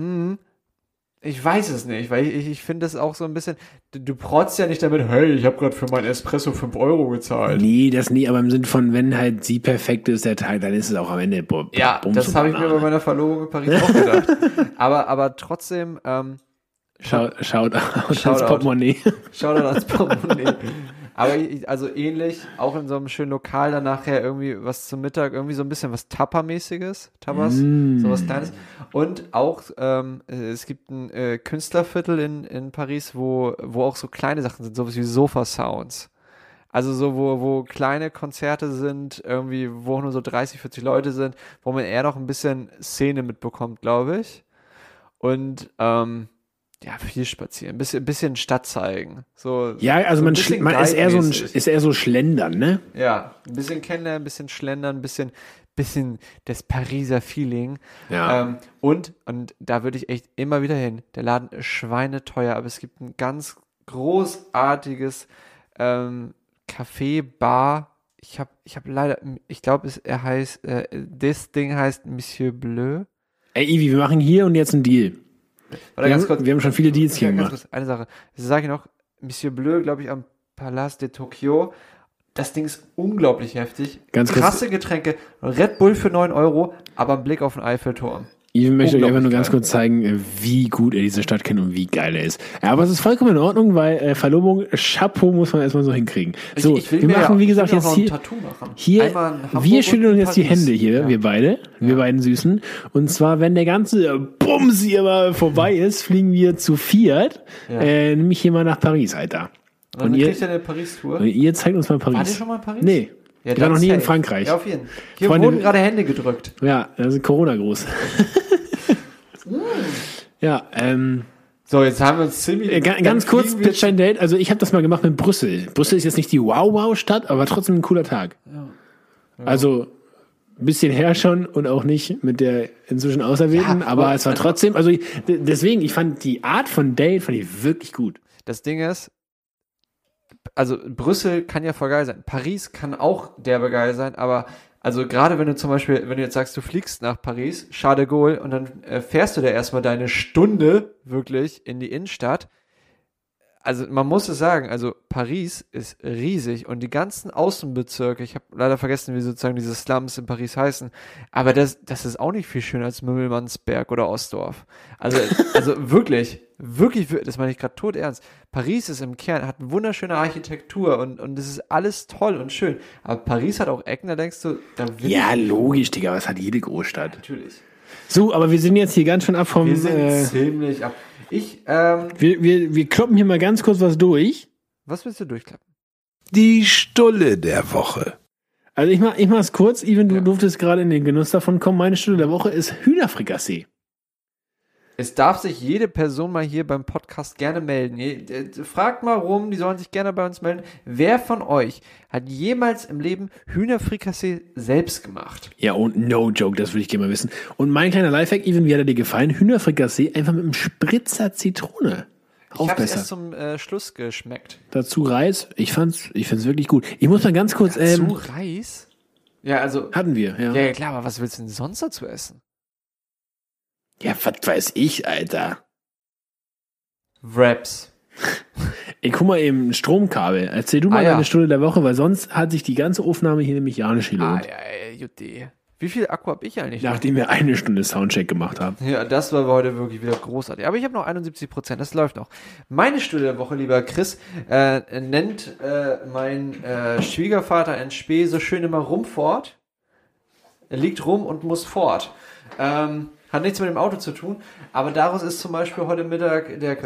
ich weiß es nicht, weil ich finde das auch so ein bisschen, du protzt ja nicht damit, hey, ich habe gerade für mein Espresso 5 Euro gezahlt. Nee, das nie, aber im Sinn von, wenn halt sie perfekt ist, der Tag, dann ist es auch am Ende Ja, Bums das und habe ich mir Banane. bei meiner Verlobung in Paris auch gedacht. aber trotzdem, Schaut ans Shoutout. Portemonnaie. Shoutout ans Portemonnaie. Aber also ähnlich, auch in so einem schönen Lokal dann nachher irgendwie was zum Mittag, irgendwie so ein bisschen was Tapas, sowas Kleines. Und auch, es gibt ein Künstlerviertel in Paris, wo auch so kleine Sachen sind, sowas wie Sofa-Sounds. Also so, wo kleine Konzerte sind, irgendwie, wo nur so 30, 40 Leute sind, wo man eher noch ein bisschen Szene mitbekommt, glaube ich. Und, ja, viel spazieren, bisschen Stadt zeigen. So, Ja, also so ein man bisschen ist eher guidemäßig. ist eher so schlendern, ne? Ja, ein bisschen kennenlernen, ein bisschen schlendern, ein bisschen das Pariser Feeling. Ja. Und da würde ich echt immer wieder hin. Der Laden ist schweineteuer, aber es gibt ein ganz großartiges Café, Bar. Ich hab leider, ich glaube, das Ding heißt Monsieur Bleu. Ey, Ivi, wir machen hier und jetzt einen Deal. Oder Wir haben schon viele Deals hier ganz gemacht. kurz, eine Sache. Das sage ich noch, Monsieur Bleu, glaube ich, am Palais de Tokyo. Das Ding ist unglaublich heftig. Ganz kurz. Krasse Getränke. Red Bull für 9 Euro, aber ein Blick auf den Eiffelturm. Ivi möchte euch einfach nur Unglaublich ganz geil. kurz zeigen, wie gut er diese Stadt kennt und wie geil er ist. Ja, aber es ist vollkommen in Ordnung, weil Verlobung, Chapeau muss man erstmal so hinkriegen. So, Ich will wir mir machen, wie ich will gesagt, mir auch jetzt noch ein hier, Tattoo machen. hier, Einmal in Hamburg wir schütteln und uns in jetzt die Paris. Hände hier, Ja. wir beiden Süßen. Und zwar, wenn der ganze Bums hier mal vorbei ist, fliegen wir zu viert, Ja. nämlich hier mal nach Paris, Alter. Und dann kriegt ihr eine Paris-Tour. Und ihr zeigt uns mal Paris. Wart ihr schon mal in Paris? Nee. Ja, ich war dann noch nie in safe. Frankreich. Ja, auf jeden Fall. Hier Freunde, wurden gerade Hände gedrückt. Ja, da ist Corona groß. Ja, So, jetzt haben wir uns ziemlich... ganz kurz, Pitch dein Date. Also ich habe das mal gemacht mit Brüssel. Brüssel ist jetzt nicht die Wow-Wow-Stadt, aber trotzdem ein cooler Tag. Ja. Also ein bisschen her schon und auch nicht mit der inzwischen Auserwählten, Ja, aber es war trotzdem, also deswegen, ich fand die Art von Date fand ich wirklich gut. Das Ding ist, also Brüssel kann ja voll geil sein. Paris kann auch derbe geil sein, aber Also gerade wenn du zum Beispiel, wenn du jetzt sagst, du fliegst nach Paris, Charles de Gaulle, und dann fährst du da erstmal deine Stunde wirklich in die Innenstadt. Also man muss es sagen, also Paris ist riesig und die ganzen Außenbezirke, ich habe leider vergessen, wie sozusagen diese Slums in Paris heißen, aber das ist auch nicht viel schöner als Mümmelmannsberg oder Ostdorf. Also wirklich, das meine ich gerade tot ernst. Paris ist im Kern, hat eine wunderschöne Architektur und es ist alles toll und schön. Aber Paris hat auch Ecken, da denkst du, da will Ja, ich logisch, Digga, was hat jede Großstadt? natürlich. So, aber wir sind jetzt hier ganz schön ab vom... Wir sind ziemlich ab. Wir kloppen hier mal ganz kurz was durch. Was willst du durchklappen? Die Stulle der Woche. Also ich mach's kurz. Even, du Ja. durftest gerade in den Genuss davon kommen. Meine Stunde der Woche ist Hühnerfrikassee. Es darf sich jede Person mal hier beim Podcast gerne melden. Fragt mal rum, die sollen sich gerne bei uns melden. Wer von euch hat jemals im Leben Hühnerfrikassee selbst gemacht? Ja, und no joke, das würde ich gerne mal wissen. Und mein kleiner Lifehack, Even, wie hat er dir gefallen? Hühnerfrikassee einfach mit einem Spritzer Zitrone. Ich habe es Aufbessern. erst zum Schluss geschmeckt. Dazu Reis. Ich find's wirklich gut. Ich muss mal ganz kurz, Zu Reis? Ja, also, hatten wir, ja. ja klar, aber was willst du denn sonst dazu essen? Ja, was weiß ich, Alter. Wraps. Ich guck mal eben, ein Stromkabel. Erzähl du mal ja. deine Stunde der Woche, weil sonst hat sich die ganze Aufnahme hier nämlich ja nicht gelohnt. Ja, Jutti. Wie viel Akku habe ich eigentlich? Nachdem wir eine Stunde Soundcheck gemacht haben. Ja, das war heute wirklich wieder großartig. Aber ich habe noch 71%, das läuft noch. Meine Stunde der Woche, lieber Chris, nennt mein Schwiegervater in Spee so schön immer rumfort. Er liegt rum und muss fort. Hat nichts mit dem Auto zu tun, aber daraus ist zum Beispiel heute Mittag der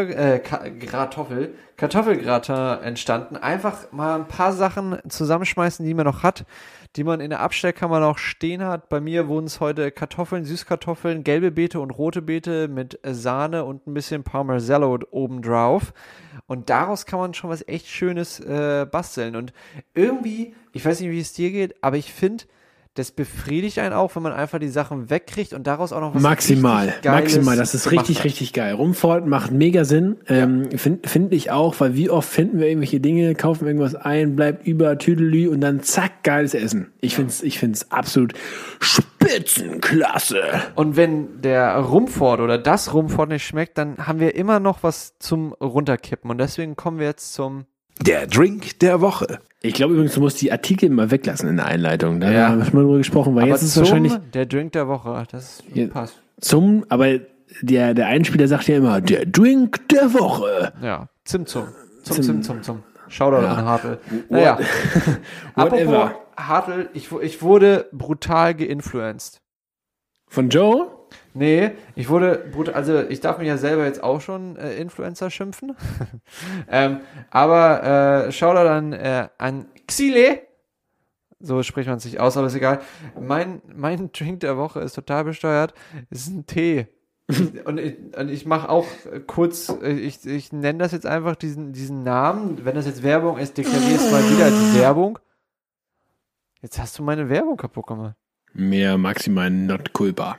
Kartoffelgratin entstanden. Einfach mal ein paar Sachen zusammenschmeißen, die man noch hat, die man in der Abstellkammer noch stehen hat. Bei mir wurden es heute Kartoffeln, Süßkartoffeln, gelbe Beete und rote Beete mit Sahne und ein bisschen Parmesello obendrauf. Und daraus kann man schon was echt Schönes basteln. Und irgendwie, ich weiß nicht, wie es dir geht, aber ich finde, das befriedigt einen auch, wenn man einfach die Sachen wegkriegt und daraus auch noch was Maximal, richtig Geiles maximal. Das ist gemacht richtig, hat. richtig geil. Rumfort macht mega Sinn. Finde ich auch, weil wie oft finden wir irgendwelche Dinge, kaufen irgendwas ein, bleibt über, Tüdelü und dann zack, geiles Essen. Ich find's absolut Spitzenklasse. Und wenn der Rumfort oder das Rumfort nicht schmeckt, dann haben wir immer noch was zum Runterkippen. Und deswegen kommen wir jetzt zum... Der Drink der Woche. Ich glaube übrigens, du musst die Artikel immer weglassen in der Einleitung. Da Ja. haben wir schon mal drüber gesprochen, weil Aber jetzt ist es zum wahrscheinlich der Drink der Woche. Das Ja. passt. aber der Einspieler sagt ja immer, der Drink der Woche. Ja, Zimtzum. Zum. Shoutout an Hartl. Naja. Whatever. Apropos Hartl, ich wurde brutal geinfluenced. Von Joe? Nee, ich wurde brutal, also ich darf mich ja selber jetzt auch schon Influencer schimpfen. Aber Shoutout an Xile. So spricht man es nicht aus, aber ist egal. Mein Drink der Woche ist total besteuert. Ist ein Tee. Und ich mache auch kurz, ich nenne das jetzt einfach diesen Namen. Wenn das jetzt Werbung ist, deklariere es mal wieder als Werbung. Jetzt hast du meine Werbung kaputt gemacht. Mehr maximal not culpa.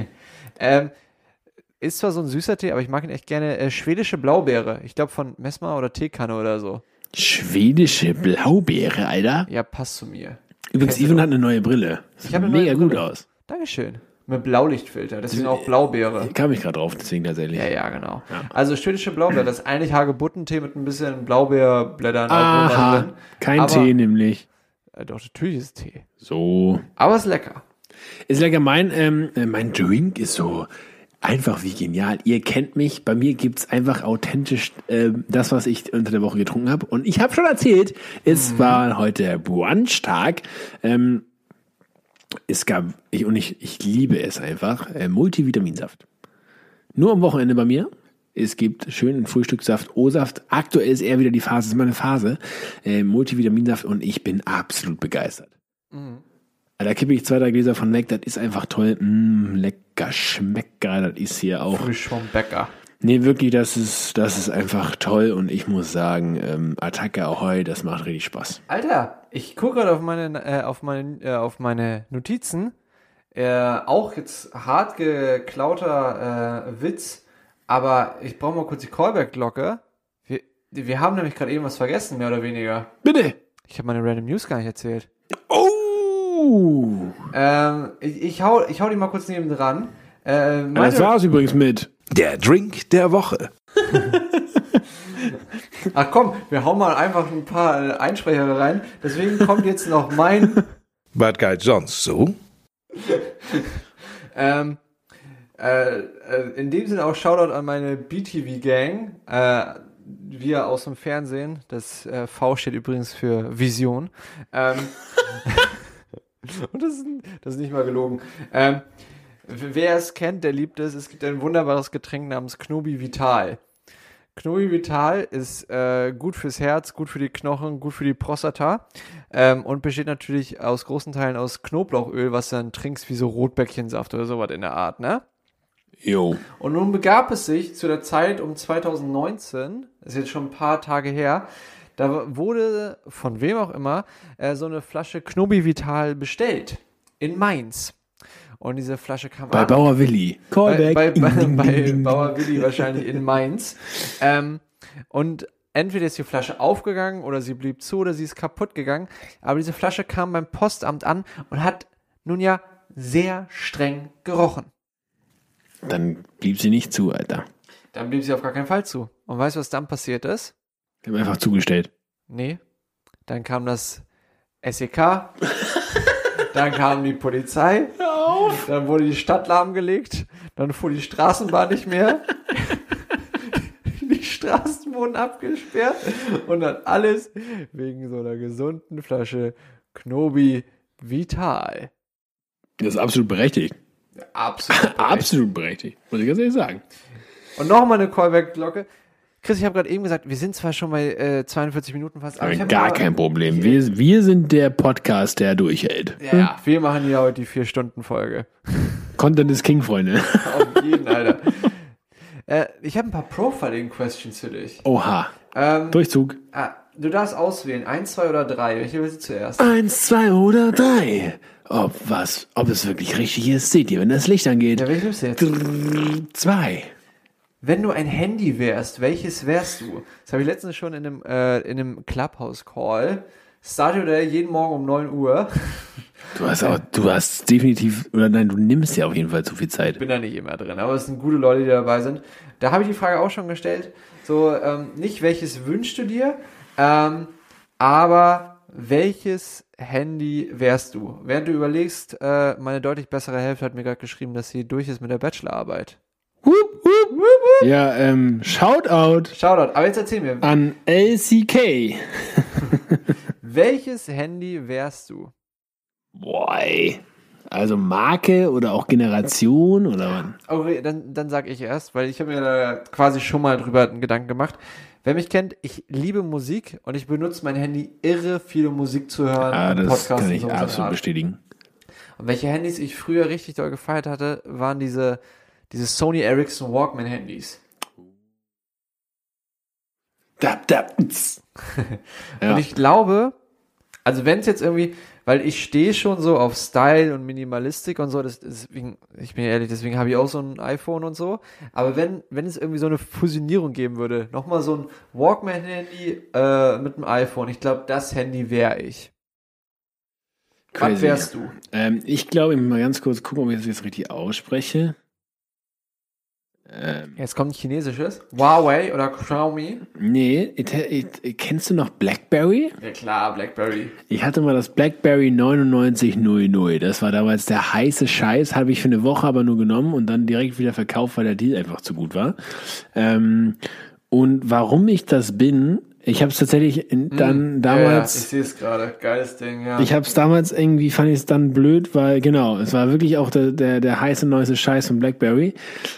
Ist zwar so ein süßer Tee, aber ich mag ihn echt gerne. Schwedische Blaubeere. Ich glaube von Messmer oder Teekanne oder so. Schwedische Blaubeere, Alter. Ja, passt zu mir. Übrigens, Kennst Steven du hat eine neue Brille. Sieht Ich habe eine mega neue gut Brille. aus. Dankeschön. Mit Blaulichtfilter, deswegen auch Blaubeere. Kam ich gerade drauf, deswegen tatsächlich. Ja, genau. Also schwedische Blaubeere, das ist eigentlich Hagebuttentee mit ein bisschen Blaubeerblättern. Aha, drin. kein Aber- Tee nämlich. Doch, natürlich ist Tee. So. Aber ist lecker. Ist lecker. Mein Drink ist so einfach wie genial. Ihr kennt mich. Bei mir gibt's einfach authentisch das, was ich unter der Woche getrunken habe. Und ich habe schon erzählt, es war heute Brunch-Tag. Es gab, ich liebe es einfach, Multivitaminsaft. Nur am Wochenende bei mir. Es gibt schönen Frühstückssaft, O-Saft. Aktuell ist eher wieder die Phase, ist meine Phase. Multivitaminsaft und ich bin absolut begeistert. Da kippe ich 2, 3 Gläser von weg, das ist einfach toll. Lecker, schmeckt geil, das ist hier auch. Frisch vom Bäcker. Nee, wirklich, das ist einfach toll und ich muss sagen, Attacke Ahoi, das macht richtig Spaß. Alter, ich gucke gerade auf meine Notizen. Auch jetzt hart geklauter Witz, aber ich brauche mal kurz die Callback-Glocke. Wir haben nämlich gerade eben was vergessen, mehr oder weniger. Bitte! Ich habe meine Random News gar nicht erzählt. Oh, Ich hau die mal kurz neben dran. Das war's übrigens mit. Der Drink der Woche. Ach komm, wir hauen mal einfach ein paar Einsprecher rein. Deswegen kommt jetzt noch mein... Was geht sonst so? In dem Sinne auch Shoutout an meine BTV-Gang. Wir aus dem Fernsehen. Das V steht übrigens für Vision. Und das ist nicht mal gelogen. Wer es kennt, der liebt es. Es gibt ein wunderbares Getränk namens Knobi Vital. Knobi Vital ist gut fürs Herz, gut für die Knochen, gut für die Prostata und besteht natürlich aus großen Teilen aus Knoblauchöl, was du dann trinkst wie so Rotbäckchensaft oder sowas in der Art, ne? Jo. Und nun begab es sich zu der Zeit um 2019, ist jetzt schon ein paar Tage her, da wurde von wem auch immer so eine Flasche Knobi Vital bestellt in Mainz. Und diese Flasche kam Bei an. Bauer Willi. Callback. Bei Bauer Willi wahrscheinlich in Mainz. Und entweder ist die Flasche aufgegangen oder sie blieb zu oder sie ist kaputt gegangen. Aber diese Flasche kam beim Postamt an und hat nun ja sehr streng gerochen. Dann blieb sie nicht zu, Alter. Dann blieb sie auf gar keinen Fall zu. Und weißt du, was dann passiert ist? Ich habe einfach zugestellt. Nee. Dann kam das SEK. Dann kam die Polizei. Dann wurde die Stadt lahmgelegt. Dann fuhr die Straßenbahn nicht mehr. Die Straßen wurden abgesperrt. Und dann alles wegen so einer gesunden Flasche Knobi Vital. Das ist absolut berechtigt. Absolut berechtigt. Absolut berechtigt. Muss ich ganz ehrlich sagen. Und nochmal eine Callback-Glocke. Chris, ich habe gerade eben gesagt, wir sind zwar schon bei 42 Minuten fast, aber ich habe gar kein Problem. Wir sind der Podcast, der durchhält. Ja, wir machen ja heute die 4-Stunden-Folge. Content is King, Freunde. Auf jeden, Alter. Ich habe ein paar Profiling-Questions für dich. Oha. Durchzug. Du darfst auswählen, 1, 2 oder 3. Welche willst du zuerst? 1, 2 oder 3. Ob es wirklich richtig ist, seht ihr, wenn das Licht angeht. Ja, welche nimmst du jetzt? 2. Wenn du ein Handy wärst, welches wärst du? Das habe ich letztens schon in einem Clubhouse-Call. Start Your Day jeden Morgen um 9 Uhr. Du hast definitiv, oder nein, du nimmst ja auf jeden Fall zu viel Zeit. Ich bin da nicht immer drin, aber es sind gute Leute, die dabei sind. Da habe ich die Frage auch schon gestellt. So, nicht welches wünschst du dir, aber welches Handy wärst du? Während du überlegst, meine deutlich bessere Hälfte hat mir gerade geschrieben, dass sie durch ist mit der Bachelorarbeit. Ja, Shoutout Aber jetzt erzähl mir. an LCK. Welches Handy wärst du? Boah, ey. Also Marke oder auch Generation oder was? Okay, dann sag ich erst, weil ich habe mir da quasi schon mal drüber einen Gedanken gemacht. Wer mich kennt, ich liebe Musik und ich benutze mein Handy irre viele Musik zu hören. Das kann ich absolut bestätigen. Und welche Handys ich früher richtig doll gefeiert hatte, waren diese Sony Ericsson Walkman Handys. Ja. Und ich glaube, also wenn es jetzt irgendwie, weil ich stehe schon so auf Style und Minimalistik und so, deswegen, ich bin ehrlich, deswegen habe ich auch so ein iPhone und so, aber wenn es irgendwie so eine Fusionierung geben würde, nochmal so ein Walkman-Handy mit einem iPhone, ich glaube, das Handy wäre ich. Crazy. Was wärst du? Ich glaube, ich muss mal ganz kurz gucken, ob ich das jetzt richtig ausspreche. Jetzt kommt ein chinesisches. Huawei oder Xiaomi? Nee, kennst du noch BlackBerry? Ja klar, BlackBerry. Ich hatte mal das BlackBerry 9900. Das war damals der heiße Scheiß, habe ich für eine Woche aber nur genommen und dann direkt wieder verkauft, weil der Deal einfach zu gut war. Und warum ich das bin, ich habe es tatsächlich damals... Ja, ich sehe es gerade. Geiles Ding, ja. Ich habe es damals irgendwie, fand ich es dann blöd, weil genau, es war wirklich auch der heiße neueste Scheiß von BlackBerry.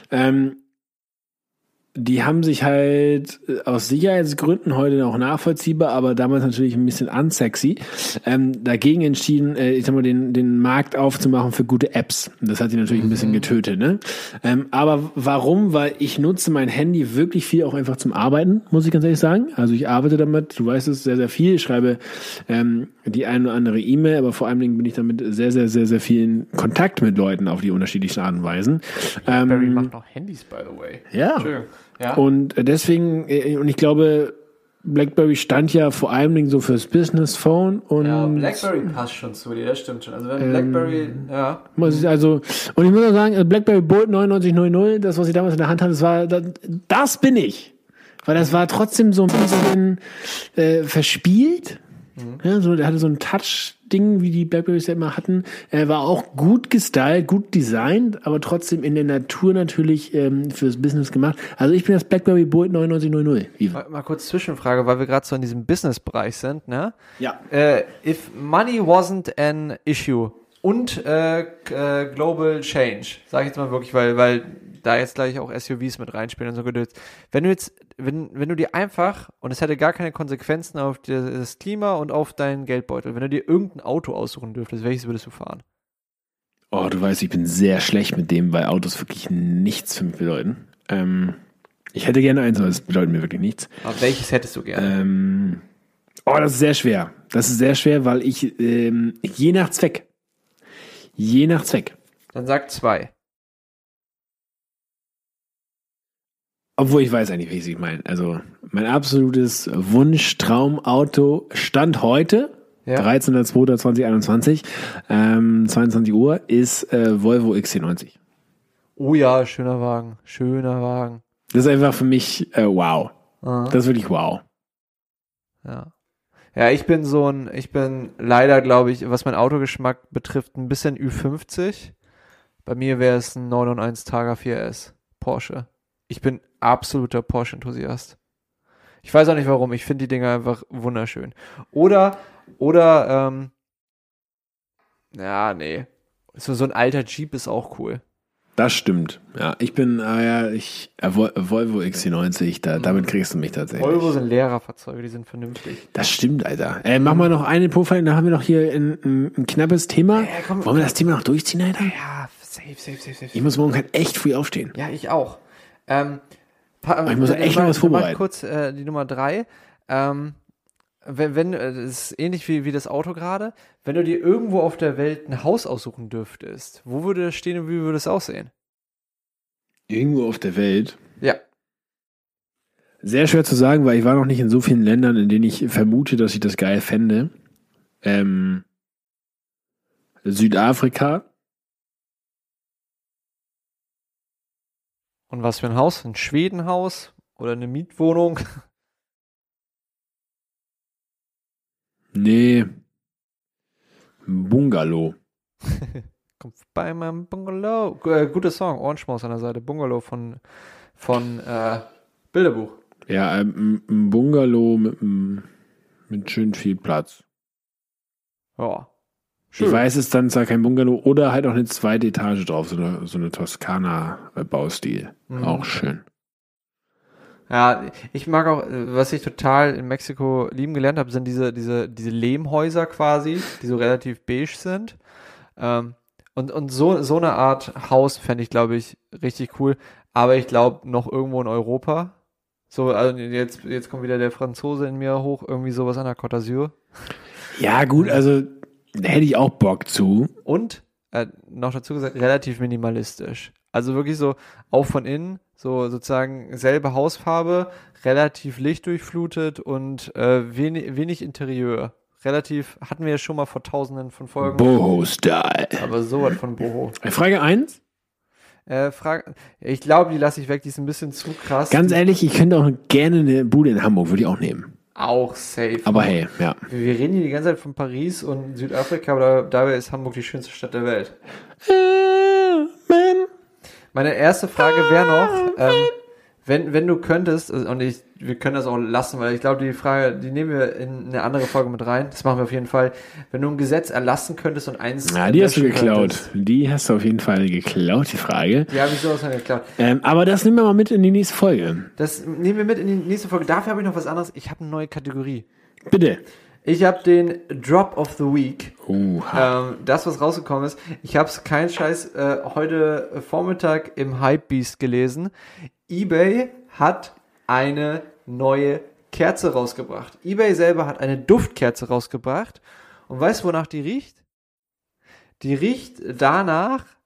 Die haben sich halt aus Sicherheitsgründen heute auch nachvollziehbar, aber damals natürlich ein bisschen unsexy, dagegen entschieden, ich sag mal, den Markt aufzumachen für gute Apps. Das hat sie natürlich ein bisschen getötet, ne? Aber warum? Weil ich nutze mein Handy wirklich viel auch einfach zum Arbeiten, muss ich ganz ehrlich sagen. Also ich arbeite damit, du weißt es, sehr, sehr viel. Ich schreibe die eine oder andere E-Mail, aber vor allen Dingen bin ich damit sehr, sehr, sehr, sehr viel in Kontakt mit Leuten auf die unterschiedlichsten Arten und Weisen. BlackBerry macht noch Handys, by the way. Ja. Schön. Ja. Und deswegen, und ich glaube, BlackBerry stand ja vor allem so fürs Business Phone und Ja, BlackBerry passt schon zu dir, das stimmt schon. Also wenn BlackBerry, ja. und ich muss auch sagen, BlackBerry Bold 9900, das, was ich damals in der Hand hatte, das bin ich. Weil das war trotzdem so ein bisschen verspielt. Ja, der hatte so ein Touch-Ding, wie die Blackberrys ja immer hatten. War auch gut gestylt, gut designt, aber trotzdem in der Natur natürlich fürs Business gemacht. Also ich bin das BlackBerry Bold 9900. Mal kurz Zwischenfrage, weil wir gerade so in diesem Business-Bereich sind, ne? Ja. If money wasn't an issue und global change, sage ich jetzt mal wirklich, weil da jetzt gleich auch SUVs mit reinspielen und so gedöns. Wenn du dir einfach, und es hätte gar keine Konsequenzen auf das Klima und auf deinen Geldbeutel, wenn du dir irgendein Auto aussuchen dürftest, welches würdest du fahren? Oh, du weißt, ich bin sehr schlecht mit dem, weil Autos wirklich nichts für mich bedeuten. Ich hätte gerne eins, aber es bedeutet mir wirklich nichts. Aber welches hättest du gerne? Das ist sehr schwer. Das ist sehr schwer, weil ich je nach Zweck. Dann sag 2. Obwohl ich weiß eigentlich, welches ich meine. Also mein absolutes Wunsch-Traumauto Stand heute, Ja. 13.02.2021, 22 Uhr, ist Volvo XC90. Oh ja, schöner Wagen. Das ist einfach für mich wow. Aha. Das ist wirklich wow. Ja. Ja, ich bin leider, glaube ich, was mein Autogeschmack betrifft, ein bisschen Ü50. Bei mir wäre es ein 991 Targa 4S Porsche. Ich bin absoluter Porsche-Enthusiast. Ich weiß auch nicht warum, ich finde die Dinger einfach wunderschön. Oder, so ein alter Jeep ist auch cool. Das stimmt. Ja, ich bin, Volvo XC90, damit kriegst du mich tatsächlich. Volvo sind Lehrerfahrzeuge, die sind vernünftig. Das stimmt, Alter. Mach mal noch eine Profil, da haben wir noch hier ein knappes Thema. Ja, komm, Wollen wir das Thema noch durchziehen, Alter? Ja, safe. Ich muss morgen halt echt früh aufstehen. Ja, ich auch. Ich muss echt noch was vorbereiten. Kurz die Nummer 3. Wenn das ist ähnlich wie das Auto gerade. Wenn du dir irgendwo auf der Welt ein Haus aussuchen dürftest, wo würde das stehen und wie würde es aussehen? Irgendwo auf der Welt? Ja. Sehr schwer zu sagen, weil ich war noch nicht in so vielen Ländern, in denen ich vermute, dass ich das geil fände. Südafrika. Und was für ein Haus? Ein Schwedenhaus oder eine Mietwohnung? Nee. Ein Bungalow. Kommt bei meinem Bungalow. Guter Song, Orange Maus an der Seite. Bungalow von Bilderbuch. Ja, ein Bungalow mit schön viel Platz. Ja. Ich weiß, es ist dann zwar kein Bungalow oder halt auch eine zweite Etage drauf, so eine Toskana-Baustil. Auch schön. Ja, ich mag auch, was ich total in Mexiko lieben gelernt habe, sind diese Lehmhäuser quasi, die so relativ beige sind. Und so eine Art Haus fände ich, glaube ich, richtig cool. Aber ich glaube, noch irgendwo in Europa. So, also jetzt kommt wieder der Franzose in mir hoch, irgendwie sowas an der Côte d'Azur. Ja, gut, also da hätte ich auch Bock zu. Und, noch dazu gesagt, relativ minimalistisch. Also wirklich so, auch von innen, so sozusagen selbe Hausfarbe, relativ lichtdurchflutet und wenig Interieur. Relativ, hatten wir ja schon mal vor tausenden von Folgen. Boho-Style. Aber sowas von Boho. Frage 1. Ich glaube, die lasse ich weg, die ist ein bisschen zu krass. Ganz ehrlich, ich könnte auch gerne eine Bude in Hamburg, würde ich auch nehmen. Auch safe. Aber hey, ja. Wir reden hier die ganze Zeit von Paris und Südafrika, aber dabei ist Hamburg die schönste Stadt der Welt. Meine erste Frage wäre noch, wenn du könntest, und wir können das auch lassen, weil ich glaube, die Frage, die nehmen wir in eine andere Folge mit rein, das machen wir auf jeden Fall, wenn du ein Gesetz erlassen könntest und eins... Ja, die hast du geklaut. Die hast du auf jeden Fall geklaut, die Frage. Ja, wieso hast du geklaut? Aber das nehmen wir mal mit in die nächste Folge. Das nehmen wir mit in die nächste Folge. Dafür habe ich noch was anderes. Ich habe eine neue Kategorie. Bitte. Ich habe den Drop of the Week. Das, was rausgekommen ist. Ich habe es, kein Scheiß, heute Vormittag im Hypebeast gelesen. eBay hat eine neue Kerze rausgebracht. eBay selber hat eine Duftkerze rausgebracht. Und weißt du, wonach die riecht? Die riecht danach,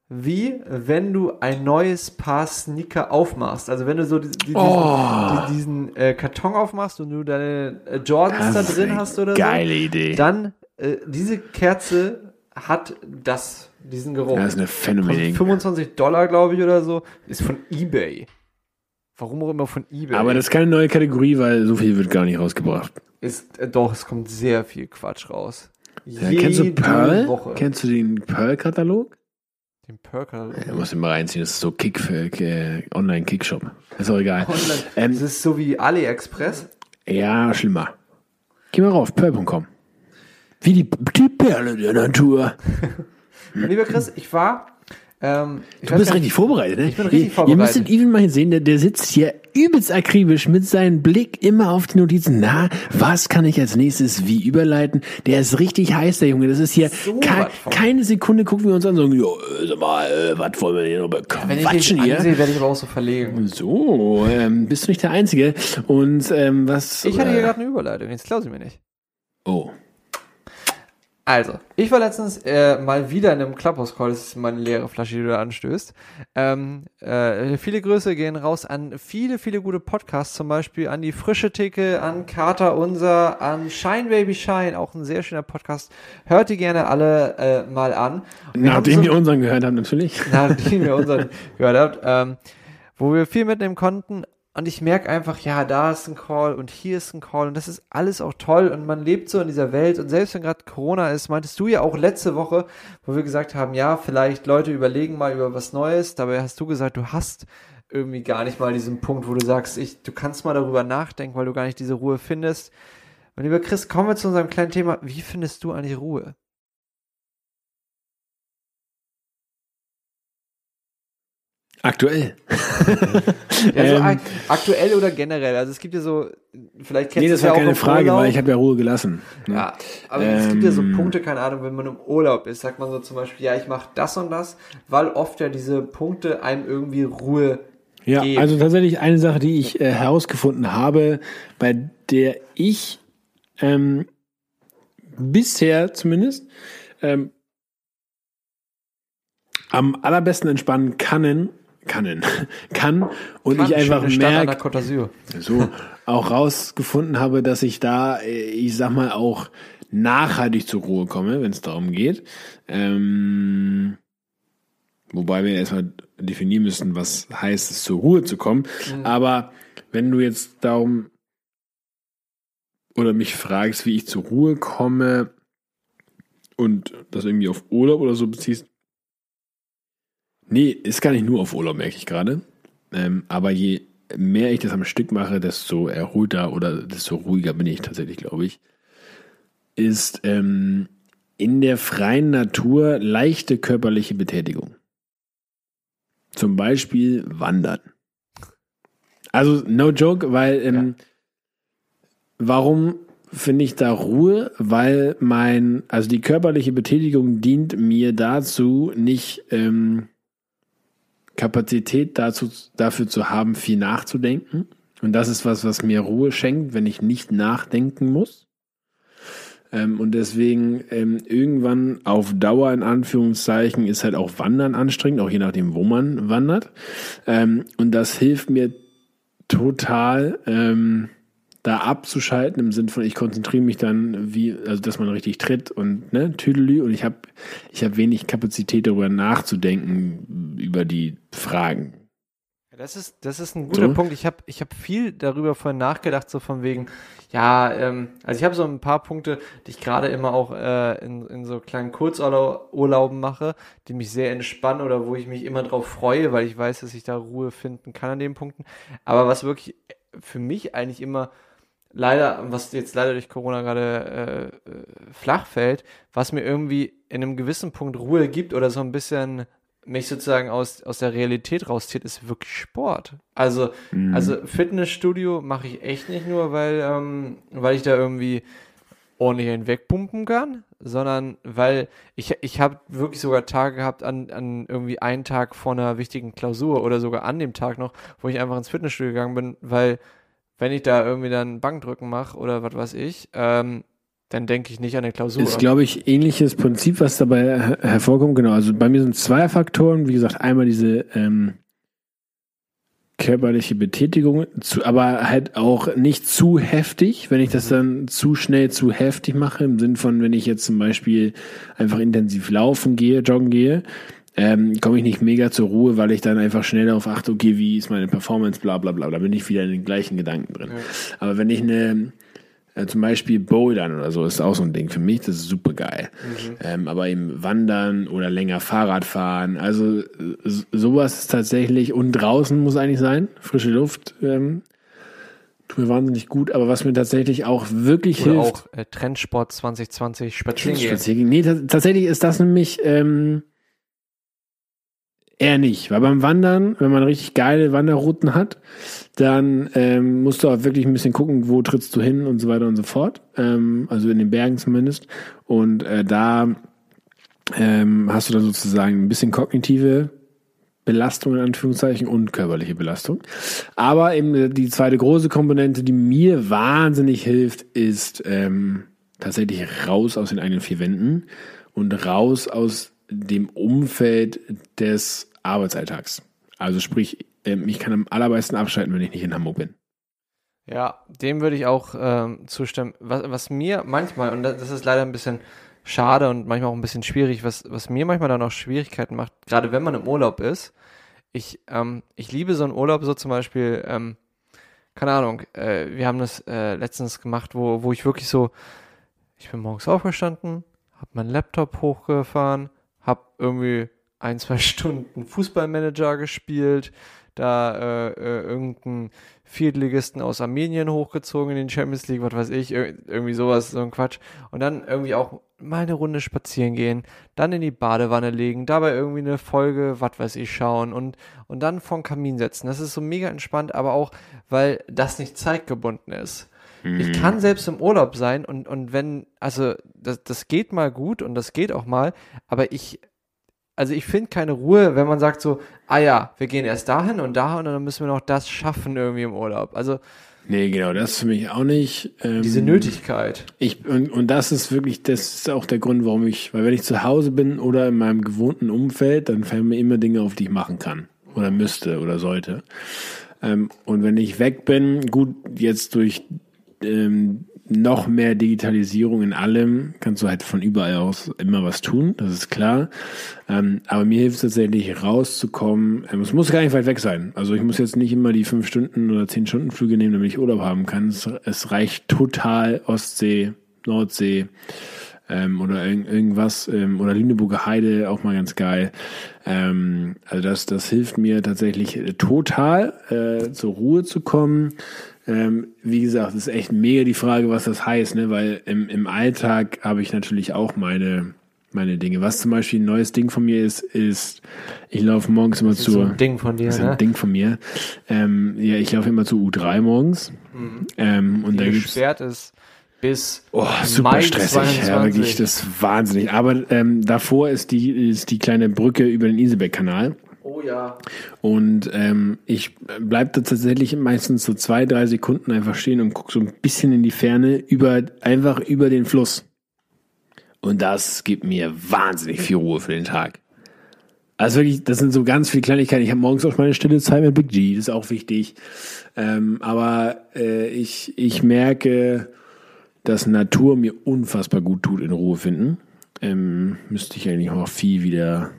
wie wenn du ein neues Paar Sneaker aufmachst. Also wenn du so diesen Karton aufmachst und du deine Jordans da drin hast oder geile so. Idee. Dann diese Kerze hat diesen Geruch. Das ist eine Phänomen. $25, glaube ich, oder so. Ist von eBay. Warum auch immer von eBay. Aber das ist keine neue Kategorie, weil so viel wird gar nicht rausgebracht. Doch, es kommt sehr viel Quatsch raus. Ja, kennst du Pearl? Woche. Kennst du den Pearl-Katalog? Den Pearl-Katalog? Ja, musst du mal reinziehen. Das ist so Online-Kickshop. Ist auch egal. Das ist so wie AliExpress. Ja, schlimmer. Geh mal rauf, pearl.com. Wie die Perle der Natur. Lieber Chris, ich war... du bist richtig vorbereitet, ne? Ich bin richtig vorbereitet. Ihr müsstet Even mal sehen, der sitzt hier übelst akribisch mit seinem Blick immer auf die Notizen. Na, was kann ich als nächstes wie überleiten? Der ist richtig heiß, der Junge. Das ist hier So keine Sekunde gucken wir uns an und sagen, sag mal, was wollen wir denn noch bequatschen Wenn ich den hier? ansehe, werde ich aber auch so verlegen. So, bist du nicht der Einzige. Und was... Ich hatte hier gerade eine Überleitung, jetzt klaue sie mir nicht. Oh. Also, ich war letztens mal wieder in einem Clubhouse-Call, das ist meine leere Flasche, die du da anstößt. Viele Grüße gehen raus an viele, viele gute Podcasts, zum Beispiel an die Frische Theke, an Kater Unser, an Shine Baby Shine, auch ein sehr schöner Podcast. Hört die gerne alle mal an. Nachdem ihr unseren gehört habt, natürlich. Nachdem ihr unseren gehört habt, wo wir viel mitnehmen konnten. Und ich merke einfach, ja, da ist ein Call und hier ist ein Call und das ist alles auch toll und man lebt so in dieser Welt und selbst wenn gerade Corona ist, meintest du ja auch letzte Woche, wo wir gesagt haben, ja, vielleicht Leute überlegen mal über was Neues, dabei hast du gesagt, du hast irgendwie gar nicht mal diesen Punkt, wo du sagst, du kannst mal darüber nachdenken, weil du gar nicht diese Ruhe findest. Und lieber Chris, kommen wir zu unserem kleinen Thema, wie findest du eigentlich Ruhe? Aktuell. Ja, so aktuell oder generell? Also es gibt ja so, vielleicht kennst du das es ja war auch keine im Frage, Urlaub. weil ich habe ja Ruhe gelassen. Ne? Ja, aber es gibt ja so Punkte, keine Ahnung, wenn man im Urlaub ist, sagt man so zum Beispiel, ja, ich mache das und das, weil oft ja diese Punkte einem irgendwie Ruhe geben. Also tatsächlich eine Sache, die ich herausgefunden habe, bei der ich bisher zumindest am allerbesten entspannen kann und ich einfach merke, so auch rausgefunden habe, dass ich da, ich sag mal, auch nachhaltig zur Ruhe komme, wenn es darum geht. Wobei wir erstmal definieren müssen, was heißt es, zur Ruhe zu kommen. Aber wenn du jetzt darum oder mich fragst, wie ich zur Ruhe komme und das irgendwie auf Urlaub oder so beziehst, nee, ist gar nicht nur auf Urlaub, merke ich gerade. Aber je mehr ich das am Stück mache, desto erholter oder desto ruhiger bin ich tatsächlich, glaube ich. Ist in der freien Natur leichte körperliche Betätigung. Zum Beispiel Wandern. Also no joke, weil warum finde ich da Ruhe? Weil die körperliche Betätigung dient mir dazu, nicht Kapazität dafür zu haben, viel nachzudenken. Und das ist was mir Ruhe schenkt, wenn ich nicht nachdenken muss. Und deswegen irgendwann auf Dauer in Anführungszeichen ist halt auch Wandern anstrengend, auch je nachdem, wo man wandert. Und das hilft mir total, da abzuschalten im Sinn von, ich konzentriere mich dann, dass man richtig tritt und Tüdelü, und ich hab wenig Kapazität darüber nachzudenken, über die Fragen. Das ist ein guter Punkt. Ich hab viel darüber vorhin nachgedacht, so von wegen, ja, also ich habe so ein paar Punkte, die ich gerade immer auch in so kleinen Kurzurlauben mache, die mich sehr entspannen oder wo ich mich immer drauf freue, weil ich weiß, dass ich da Ruhe finden kann an den Punkten. Aber was wirklich für mich eigentlich immer was jetzt leider durch Corona gerade flach fällt, was mir irgendwie in einem gewissen Punkt Ruhe gibt oder so ein bisschen mich sozusagen aus der Realität rauszieht, ist wirklich Sport. Also Fitnessstudio mache ich echt nicht nur, weil ich da irgendwie ordentlich einen wegpumpen kann, sondern weil ich habe wirklich sogar Tage gehabt an irgendwie einen Tag vor einer wichtigen Klausur oder sogar an dem Tag noch, wo ich einfach ins Fitnessstudio gegangen bin, weil wenn ich da irgendwie dann Bankdrücken mache oder was weiß ich, dann denke ich nicht an eine Klausur. Ist, glaube ich, ähnliches Prinzip, was dabei hervorkommt. Genau, also bei mir sind 2 Faktoren. Wie gesagt, einmal diese körperliche Betätigung, aber halt auch nicht zu heftig, wenn ich das dann zu schnell zu heftig mache, im Sinn von, wenn ich jetzt zum Beispiel einfach intensiv laufen gehe, joggen gehe, komme ich nicht mega zur Ruhe, weil ich dann einfach schnell darauf achte, okay, wie ist meine Performance, bla bla bla, da bin ich wieder in den gleichen Gedanken drin. Ja. Aber wenn ich zum Beispiel Bouldern oder so, ist auch so ein Ding für mich, das ist super geil. Aber eben Wandern oder länger Fahrrad fahren, also sowas ist tatsächlich, und draußen muss eigentlich sein, frische Luft, tut mir wahnsinnig gut, aber was mir tatsächlich auch wirklich oder hilft. Auch Trendsport 2020 spazieren gehen. Nee, tatsächlich ist das nämlich eher nicht, weil beim Wandern, wenn man richtig geile Wanderrouten hat, dann musst du auch wirklich ein bisschen gucken, wo trittst du hin und so weiter und so fort. Also in den Bergen zumindest. Und da hast du dann sozusagen ein bisschen kognitive Belastung in Anführungszeichen und körperliche Belastung. Aber eben die zweite große Komponente, die mir wahnsinnig hilft, ist tatsächlich raus aus den eigenen 4 Wänden und raus aus dem Umfeld des Arbeitsalltags. Also sprich, ich kann am allermeisten abschalten, wenn ich nicht in Hamburg bin. Ja, dem würde ich auch zustimmen. Was mir manchmal, und das ist leider ein bisschen schade und manchmal auch ein bisschen schwierig, was mir manchmal dann auch Schwierigkeiten macht, gerade wenn man im Urlaub ist, ich liebe so einen Urlaub, so zum Beispiel, keine Ahnung, wir haben das letztens gemacht, wo ich wirklich so, ich bin morgens aufgestanden, habe meinen Laptop hochgefahren, habe irgendwie 1-2 Stunden Fußballmanager gespielt, da irgendeinen Viertligisten aus Armenien hochgezogen in den Champions League, was weiß ich, irgendwie sowas, so ein Quatsch. Und dann irgendwie auch mal eine Runde spazieren gehen, dann in die Badewanne legen, dabei irgendwie eine Folge, was weiß ich, schauen und dann vorm Kamin setzen. Das ist so mega entspannt, aber auch, weil das nicht zeitgebunden ist. Ich kann selbst im Urlaub sein und wenn, also das geht mal gut und das geht auch mal, aber ich finde keine Ruhe, wenn man sagt so, ja, wir gehen erst dahin und dann müssen wir noch das schaffen irgendwie im Urlaub. Also nee, genau, das ist für mich auch nicht. Diese Nötigkeit. Und das ist wirklich, das ist auch der Grund, warum weil wenn ich zu Hause bin oder in meinem gewohnten Umfeld, dann fallen mir immer Dinge auf, die ich machen kann oder müsste oder sollte. Und wenn ich weg bin, gut, jetzt durch noch mehr Digitalisierung in allem, kannst du halt von überall aus immer was tun, das ist klar. Aber mir hilft es tatsächlich rauszukommen. Es muss gar nicht weit weg sein. Also ich muss jetzt nicht immer die 5 Stunden oder 10 Stunden Flüge nehmen, damit ich Urlaub haben kann. Es reicht total Ostsee, Nordsee oder irgendwas oder Lüneburger Heide, auch mal ganz geil. Also das hilft mir tatsächlich total, zur Ruhe zu kommen. Wie gesagt, es ist echt mega die Frage, was das heißt, ne? Weil im Alltag habe ich natürlich auch meine Dinge. Was zum Beispiel ein neues Ding von mir ist, ich laufe morgens immer zu. So ein Ding von dir, das ist ein Ding von mir. Ja, ich laufe immer zu U3 morgens. Und da gesperrt ist bis super Mai stressig. 22. Ja, wirklich, das ist wahnsinnig. Aber davor ist die kleine Brücke über den Isebeck-Kanal. Oh ja. Und ich bleibe da tatsächlich meistens so 2-3 Sekunden einfach stehen und gucke so ein bisschen in die Ferne einfach über den Fluss. Und das gibt mir wahnsinnig viel Ruhe für den Tag. Also wirklich, das sind so ganz viele Kleinigkeiten. Ich habe morgens auch meine stille Zeit mit Big G, das ist auch wichtig. Aber ich merke, dass Natur mir unfassbar gut tut in Ruhe finden. Müsste ich eigentlich auch viel mehr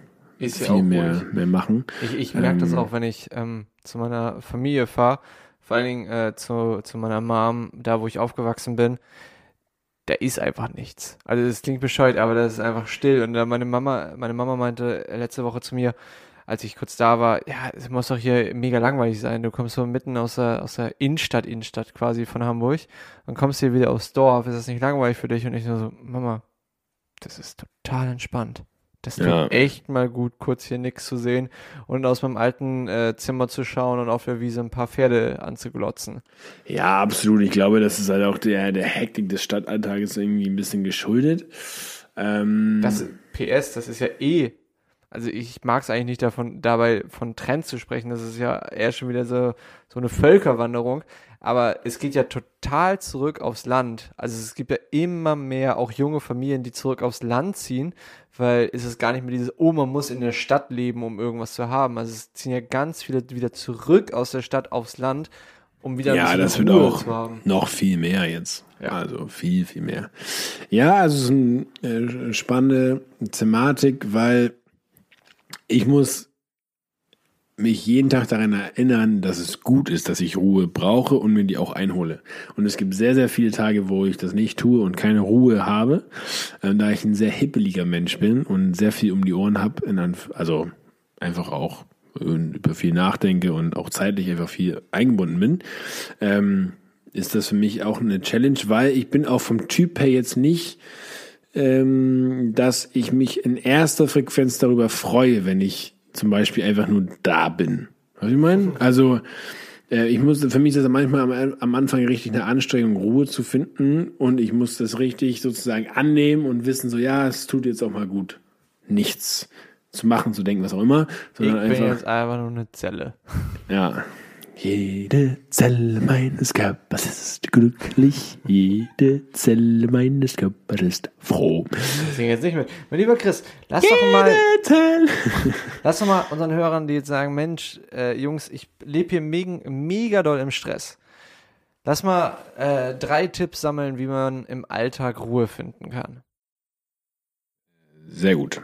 machen. Ich merke das auch, wenn ich zu meiner Familie fahre, vor allen Dingen zu meiner Mom, da wo ich aufgewachsen bin, da ist einfach nichts. Also das klingt bescheuert, aber das ist einfach still. Und meine Mama meinte letzte Woche zu mir, als ich kurz da war, ja, es muss doch hier mega langweilig sein. Du kommst so mitten aus der Innenstadt quasi von Hamburg und kommst hier wieder aufs Dorf. Ist das nicht langweilig für dich? Und ich nur so, Mama, das ist total entspannt. Das tut echt mal gut, kurz hier nichts zu sehen und aus meinem alten Zimmer zu schauen und auf der Wiese ein paar Pferde anzuglotzen. Ja, absolut. Ich glaube, das ist halt auch der Hektik des Stadtalltages irgendwie ein bisschen geschuldet. Das ist ja also ich mag es eigentlich nicht dabei von Trend zu sprechen, das ist ja eher schon wieder so eine Völkerwanderung, aber es geht ja total zurück aufs Land. Also es gibt ja immer mehr auch junge Familien, die zurück aufs Land ziehen, weil es ist gar nicht mehr dieses, oh, man muss in der Stadt leben, um irgendwas zu haben. Also es ziehen ja ganz viele wieder zurück aus der Stadt aufs Land, um wieder Ja, ein das bisschen wird Ruhe auch zu haben. noch viel mehr jetzt. Ja. Also viel, viel mehr. Ja, also es ist eine spannende Thematik, weil ich muss mich jeden Tag daran erinnern, dass es gut ist, dass ich Ruhe brauche und mir die auch einhole. Und es gibt sehr, sehr viele Tage, wo ich das nicht tue und keine Ruhe habe, da ich ein sehr hippeliger Mensch bin und sehr viel um die Ohren habe, also einfach auch über viel nachdenke und auch zeitlich einfach viel eingebunden bin, ist das für mich auch eine Challenge, weil ich bin auch vom Typ her jetzt nicht, dass ich mich in erster Frequenz darüber freue, wenn ich zum Beispiel einfach nur da bin. Was ich meine? Also für mich ist das manchmal am Anfang richtig eine Anstrengung, Ruhe zu finden und ich muss das richtig sozusagen annehmen und wissen so, ja, es tut jetzt auch mal gut, nichts zu machen, zu denken, was auch immer, sondern Ich bin jetzt einfach nur eine Zelle. Ja. Jede Zelle meines Körpers ist glücklich, jede Zelle meines Körpers ist froh. Ich singe jetzt nicht mit. Mein lieber Chris, lass doch mal unseren Hörern, die jetzt sagen, Mensch, Jungs, ich lebe hier mega doll im Stress. Lass mal 3 Tipps sammeln, wie man im Alltag Ruhe finden kann. Sehr gut.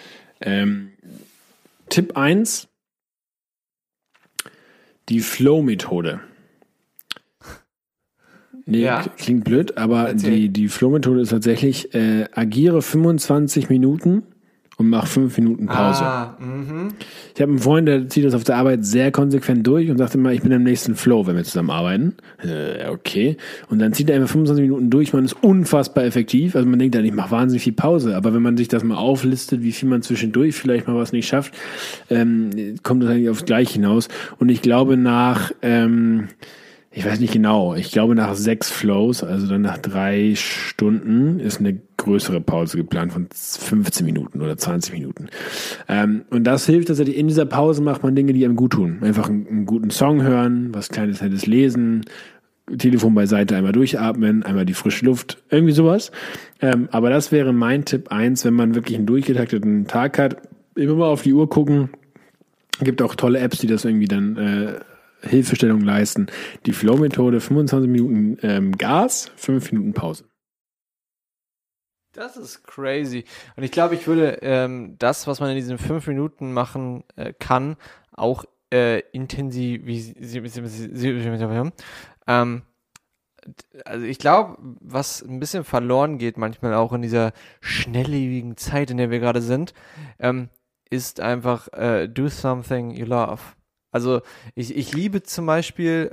Tipp 1. Die Flow-Methode. Nee, Ja. Klingt blöd, aber Erzähl. die Flow-Methode ist tatsächlich, agiere 25 Minuten und mach 5 Minuten Pause. Ich habe einen Freund, der zieht das auf der Arbeit sehr konsequent durch und sagt immer, ich bin im nächsten Flow, wenn wir zusammen arbeiten. Okay. Und dann zieht er einfach 25 Minuten durch, man ist unfassbar effektiv. Also man denkt dann, ich mache wahnsinnig viel Pause, aber wenn man sich das mal auflistet, wie viel man zwischendurch vielleicht mal was nicht schafft, kommt das eigentlich aufs Gleiche hinaus. Und ich glaube ich weiß nicht genau, ich glaube nach 6 Flows, also dann nach 3 Stunden, ist eine größere Pause geplant von 15 Minuten oder 20 Minuten. Und das hilft tatsächlich, in dieser Pause macht man Dinge, die einem gut tun. Einfach einen guten Song hören, was Kleines, Nettes lesen, Telefon beiseite, einmal durchatmen, einmal die frische Luft, irgendwie sowas. Aber das wäre mein Tipp 1, wenn man wirklich einen durchgetakteten Tag hat, immer mal auf die Uhr gucken. Gibt auch tolle Apps, die das irgendwie dann Hilfestellung leisten. Die Flow-Methode, 25 Minuten Gas, 5 Minuten Pause. Das ist crazy. Und ich glaube, ich würde das, was man in diesen 5 Minuten machen kann, auch intensiv. Also ich glaube, was ein bisschen verloren geht manchmal auch in dieser schnelllebigen Zeit, in der wir gerade sind, ist einfach do something you love. Also ich liebe zum Beispiel,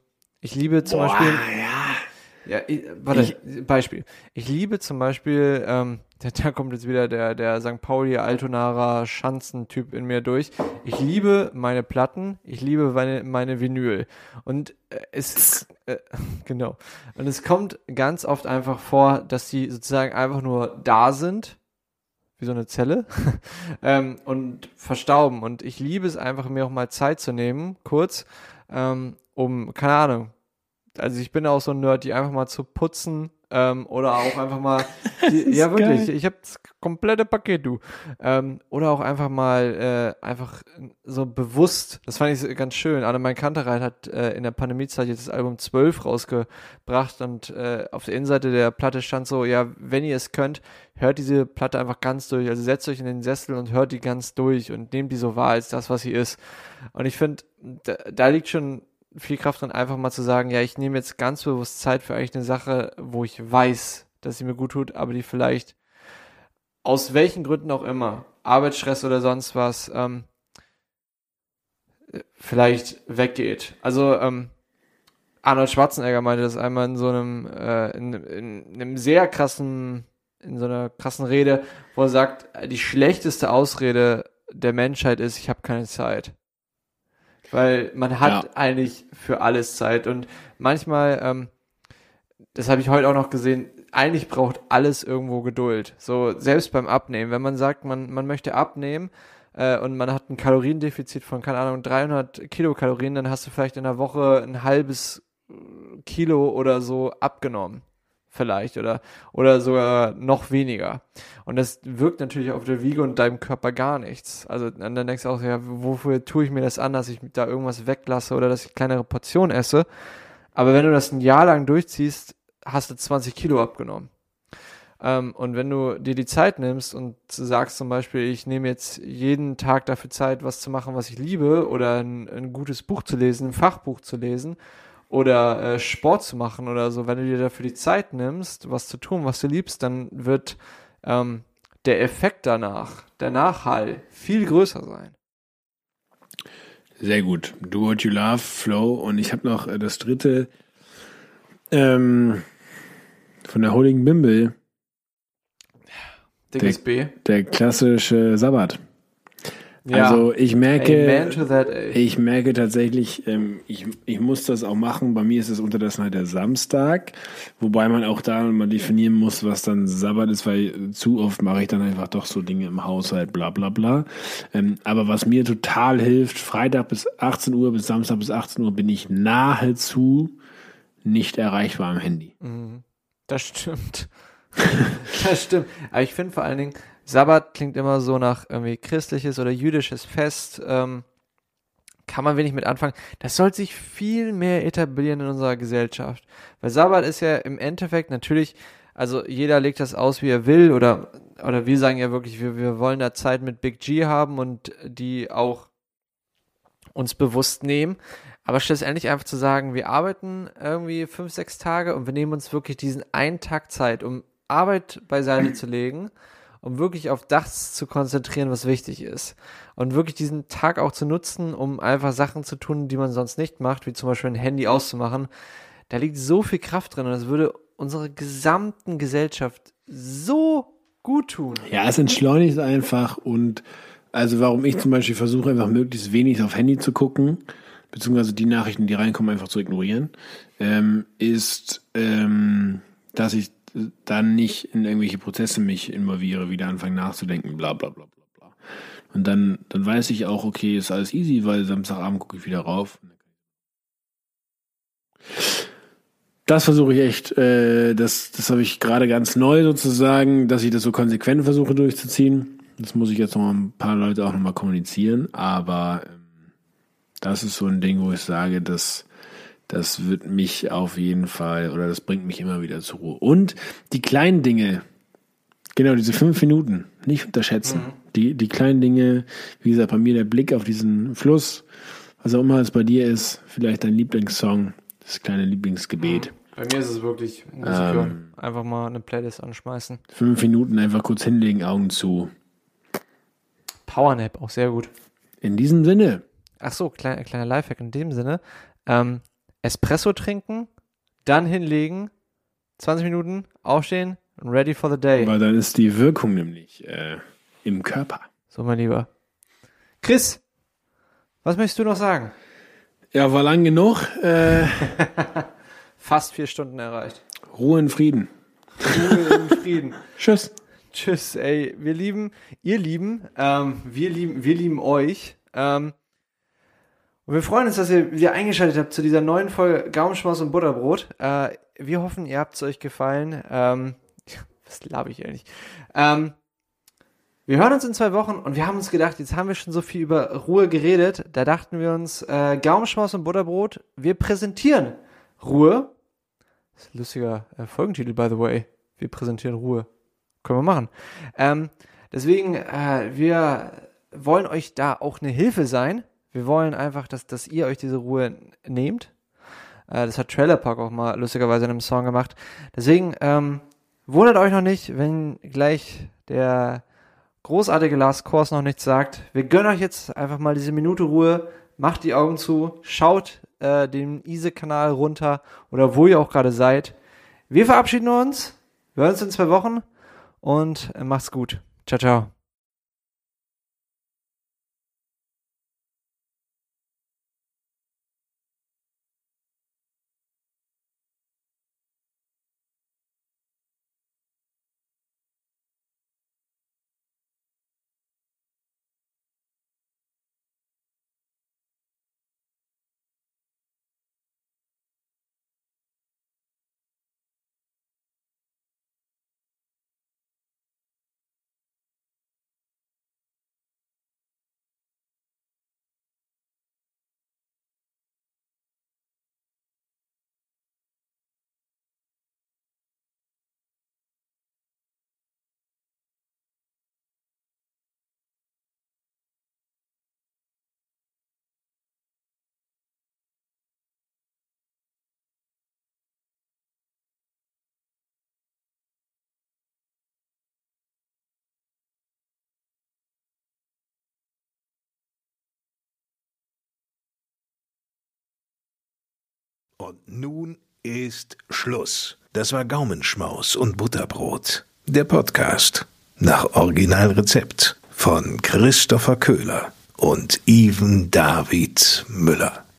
Beispiel. Ich liebe zum Beispiel, da kommt jetzt wieder der St. Pauli Altonaer Schanzentyp in mir durch. Ich liebe meine Platten, ich liebe meine Vinyl. Und genau. Und es kommt ganz oft einfach vor, dass die sozusagen einfach nur da sind, wie so eine Zelle, und verstauben. Und ich liebe es einfach, mir auch mal Zeit zu nehmen, kurz, keine Ahnung, also ich bin auch so ein Nerd, die einfach mal zu putzen, oder auch einfach mal, ja wirklich, ich habe das komplette Paket, du. Oder auch einfach mal, einfach so bewusst, das fand ich ganz schön. Anne-Mein Kantereit hat in der Pandemiezeit jetzt das Album 12 rausgebracht und auf der Innenseite der Platte stand so, ja, wenn ihr es könnt, hört diese Platte einfach ganz durch. Also setzt euch in den Sessel und hört die ganz durch und nehmt die so wahr als das, was sie ist. Und ich finde, da liegt schon viel Kraft drin, einfach mal zu sagen, ja, ich nehme jetzt ganz bewusst Zeit für eigentlich eine Sache, wo ich weiß, dass sie mir gut tut, aber die vielleicht aus welchen Gründen auch immer, Arbeitsstress oder sonst was, vielleicht weggeht. Also Arnold Schwarzenegger meinte das einmal in so einem in einer krassen Rede, wo er sagt, die schlechteste Ausrede der Menschheit ist, ich habe keine Zeit. Weil man hat eigentlich für alles Zeit und manchmal, das habe ich heute auch noch gesehen, eigentlich braucht alles irgendwo Geduld. So, selbst beim Abnehmen. Wenn man sagt, man möchte abnehmen, und man hat ein Kaloriendefizit von, keine Ahnung, 300 Kilokalorien, dann hast du vielleicht in der Woche ein halbes Kilo oder so abgenommen. Vielleicht oder sogar noch weniger. Und das wirkt natürlich auf der Wiege und deinem Körper gar nichts. Also dann denkst du auch, ja, wofür tue ich mir das an, dass ich da irgendwas weglasse oder dass ich kleinere Portionen esse. Aber wenn du das ein Jahr lang durchziehst, hast du 20 Kilo abgenommen. Und wenn du dir die Zeit nimmst und sagst zum Beispiel, ich nehme jetzt jeden Tag dafür Zeit, was zu machen, was ich liebe, oder ein gutes Buch zu lesen, ein Fachbuch zu lesen, oder Sport zu machen oder so, wenn du dir dafür die Zeit nimmst, was zu tun, was du liebst, dann wird der Effekt danach, der Nachhall, viel größer sein. Sehr gut. Do What You Love, Flow. Und ich habe noch das dritte von der Holding Bimble. Dickes B. Der klassische Sabbat. Ja. Also ich merke, Amen to that, ey. ich merke tatsächlich, ich muss das auch machen. Bei mir ist es unterdessen halt der Samstag, wobei man auch da mal definieren muss, was dann Sabbat ist, weil zu oft mache ich dann einfach doch so Dinge im Haushalt, bla bla bla. Aber was mir total hilft, Freitag bis 18 Uhr bis Samstag bis 18 Uhr bin ich nahezu nicht erreichbar am Handy. Das stimmt. Das stimmt. Aber ich finde vor allen Dingen, Sabbat klingt immer so nach irgendwie christliches oder jüdisches Fest. Kann man wenig mit anfangen. Das sollte sich viel mehr etablieren in unserer Gesellschaft. Weil Sabbat ist ja im Endeffekt natürlich, also jeder legt das aus, wie er will, oder wir sagen ja wirklich, wir wollen da Zeit mit Big G haben und die auch uns bewusst nehmen. Aber schlussendlich einfach zu sagen, wir arbeiten irgendwie 5, 6 Tage und wir nehmen uns wirklich diesen einen Tag Zeit, um Arbeit beiseite zu legen, um wirklich auf das zu konzentrieren, was wichtig ist. Und wirklich diesen Tag auch zu nutzen, um einfach Sachen zu tun, die man sonst nicht macht, wie zum Beispiel ein Handy auszumachen. Da liegt so viel Kraft drin und das würde unserer gesamten Gesellschaft so gut tun. Ja, es entschleunigt einfach und also warum ich zum Beispiel versuche, einfach möglichst wenig auf Handy zu gucken, beziehungsweise die Nachrichten, die reinkommen, einfach zu ignorieren, ist, dass ich dann nicht in irgendwelche Prozesse mich involviere, wieder anfangen nachzudenken, bla bla bla bla bla. Und dann weiß ich auch, okay, ist alles easy, weil Samstagabend gucke ich wieder rauf. Das versuche ich echt, das habe ich gerade ganz neu sozusagen, dass ich das so konsequent versuche durchzuziehen. Das muss ich jetzt noch ein paar Leute auch nochmal kommunizieren, aber das ist so ein Ding, wo ich sage, das wird mich auf jeden Fall, oder das bringt mich immer wieder zur Ruhe. Und die kleinen Dinge, genau, diese 5 Minuten, nicht unterschätzen. Die kleinen Dinge, wie gesagt, bei mir der Blick auf diesen Fluss, was auch immer es bei dir ist, vielleicht dein Lieblingssong, das kleine Lieblingsgebet. Bei mir ist es wirklich Musik hören. Einfach mal eine Playlist anschmeißen. 5 Minuten einfach kurz hinlegen, Augen zu. Powernap, auch sehr gut. In diesem Sinne. Ach so, kleiner Lifehack in dem Sinne. Espresso trinken, dann hinlegen, 20 Minuten, aufstehen, ready for the day. Aber dann ist die Wirkung nämlich im Körper. So, mein Lieber. Chris, was möchtest du noch sagen? Ja, war lang genug. Fast 4 Stunden erreicht. Ruhe in Frieden. Ruhe in Frieden. Tschüss. Tschüss, ey. Wir lieben euch. Und wir freuen uns, dass ihr wieder eingeschaltet habt zu dieser neuen Folge Gaumenschmaus und Butterbrot. Wir hoffen, ihr habt es euch gefallen. Was laber ich eigentlich? Wir hören uns in 2 Wochen und wir haben uns gedacht, jetzt haben wir schon so viel über Ruhe geredet. Da dachten wir uns, Gaumenschmaus und Butterbrot, wir präsentieren Ruhe. Das ist ein lustiger Folgentitel, by the way. Wir präsentieren Ruhe. Können wir machen. Deswegen, wir wollen euch da auch eine Hilfe sein. Wir wollen einfach, dass ihr euch diese Ruhe nehmt. Das hat Trailer Park auch mal lustigerweise in einem Song gemacht. Deswegen wundert euch noch nicht, wenn gleich der großartige Last Course noch nichts sagt. Wir gönnen euch jetzt einfach mal diese Minute Ruhe. Macht die Augen zu. Schaut den Ise-Kanal runter oder wo ihr auch gerade seid. Wir verabschieden uns. Wir hören uns in 2 Wochen und macht's gut. Ciao, ciao. Und nun ist Schluss. Das war Gaumenschmaus und Butterbrot. Der Podcast nach Originalrezept von Christopher Köhler und Iven David Müller.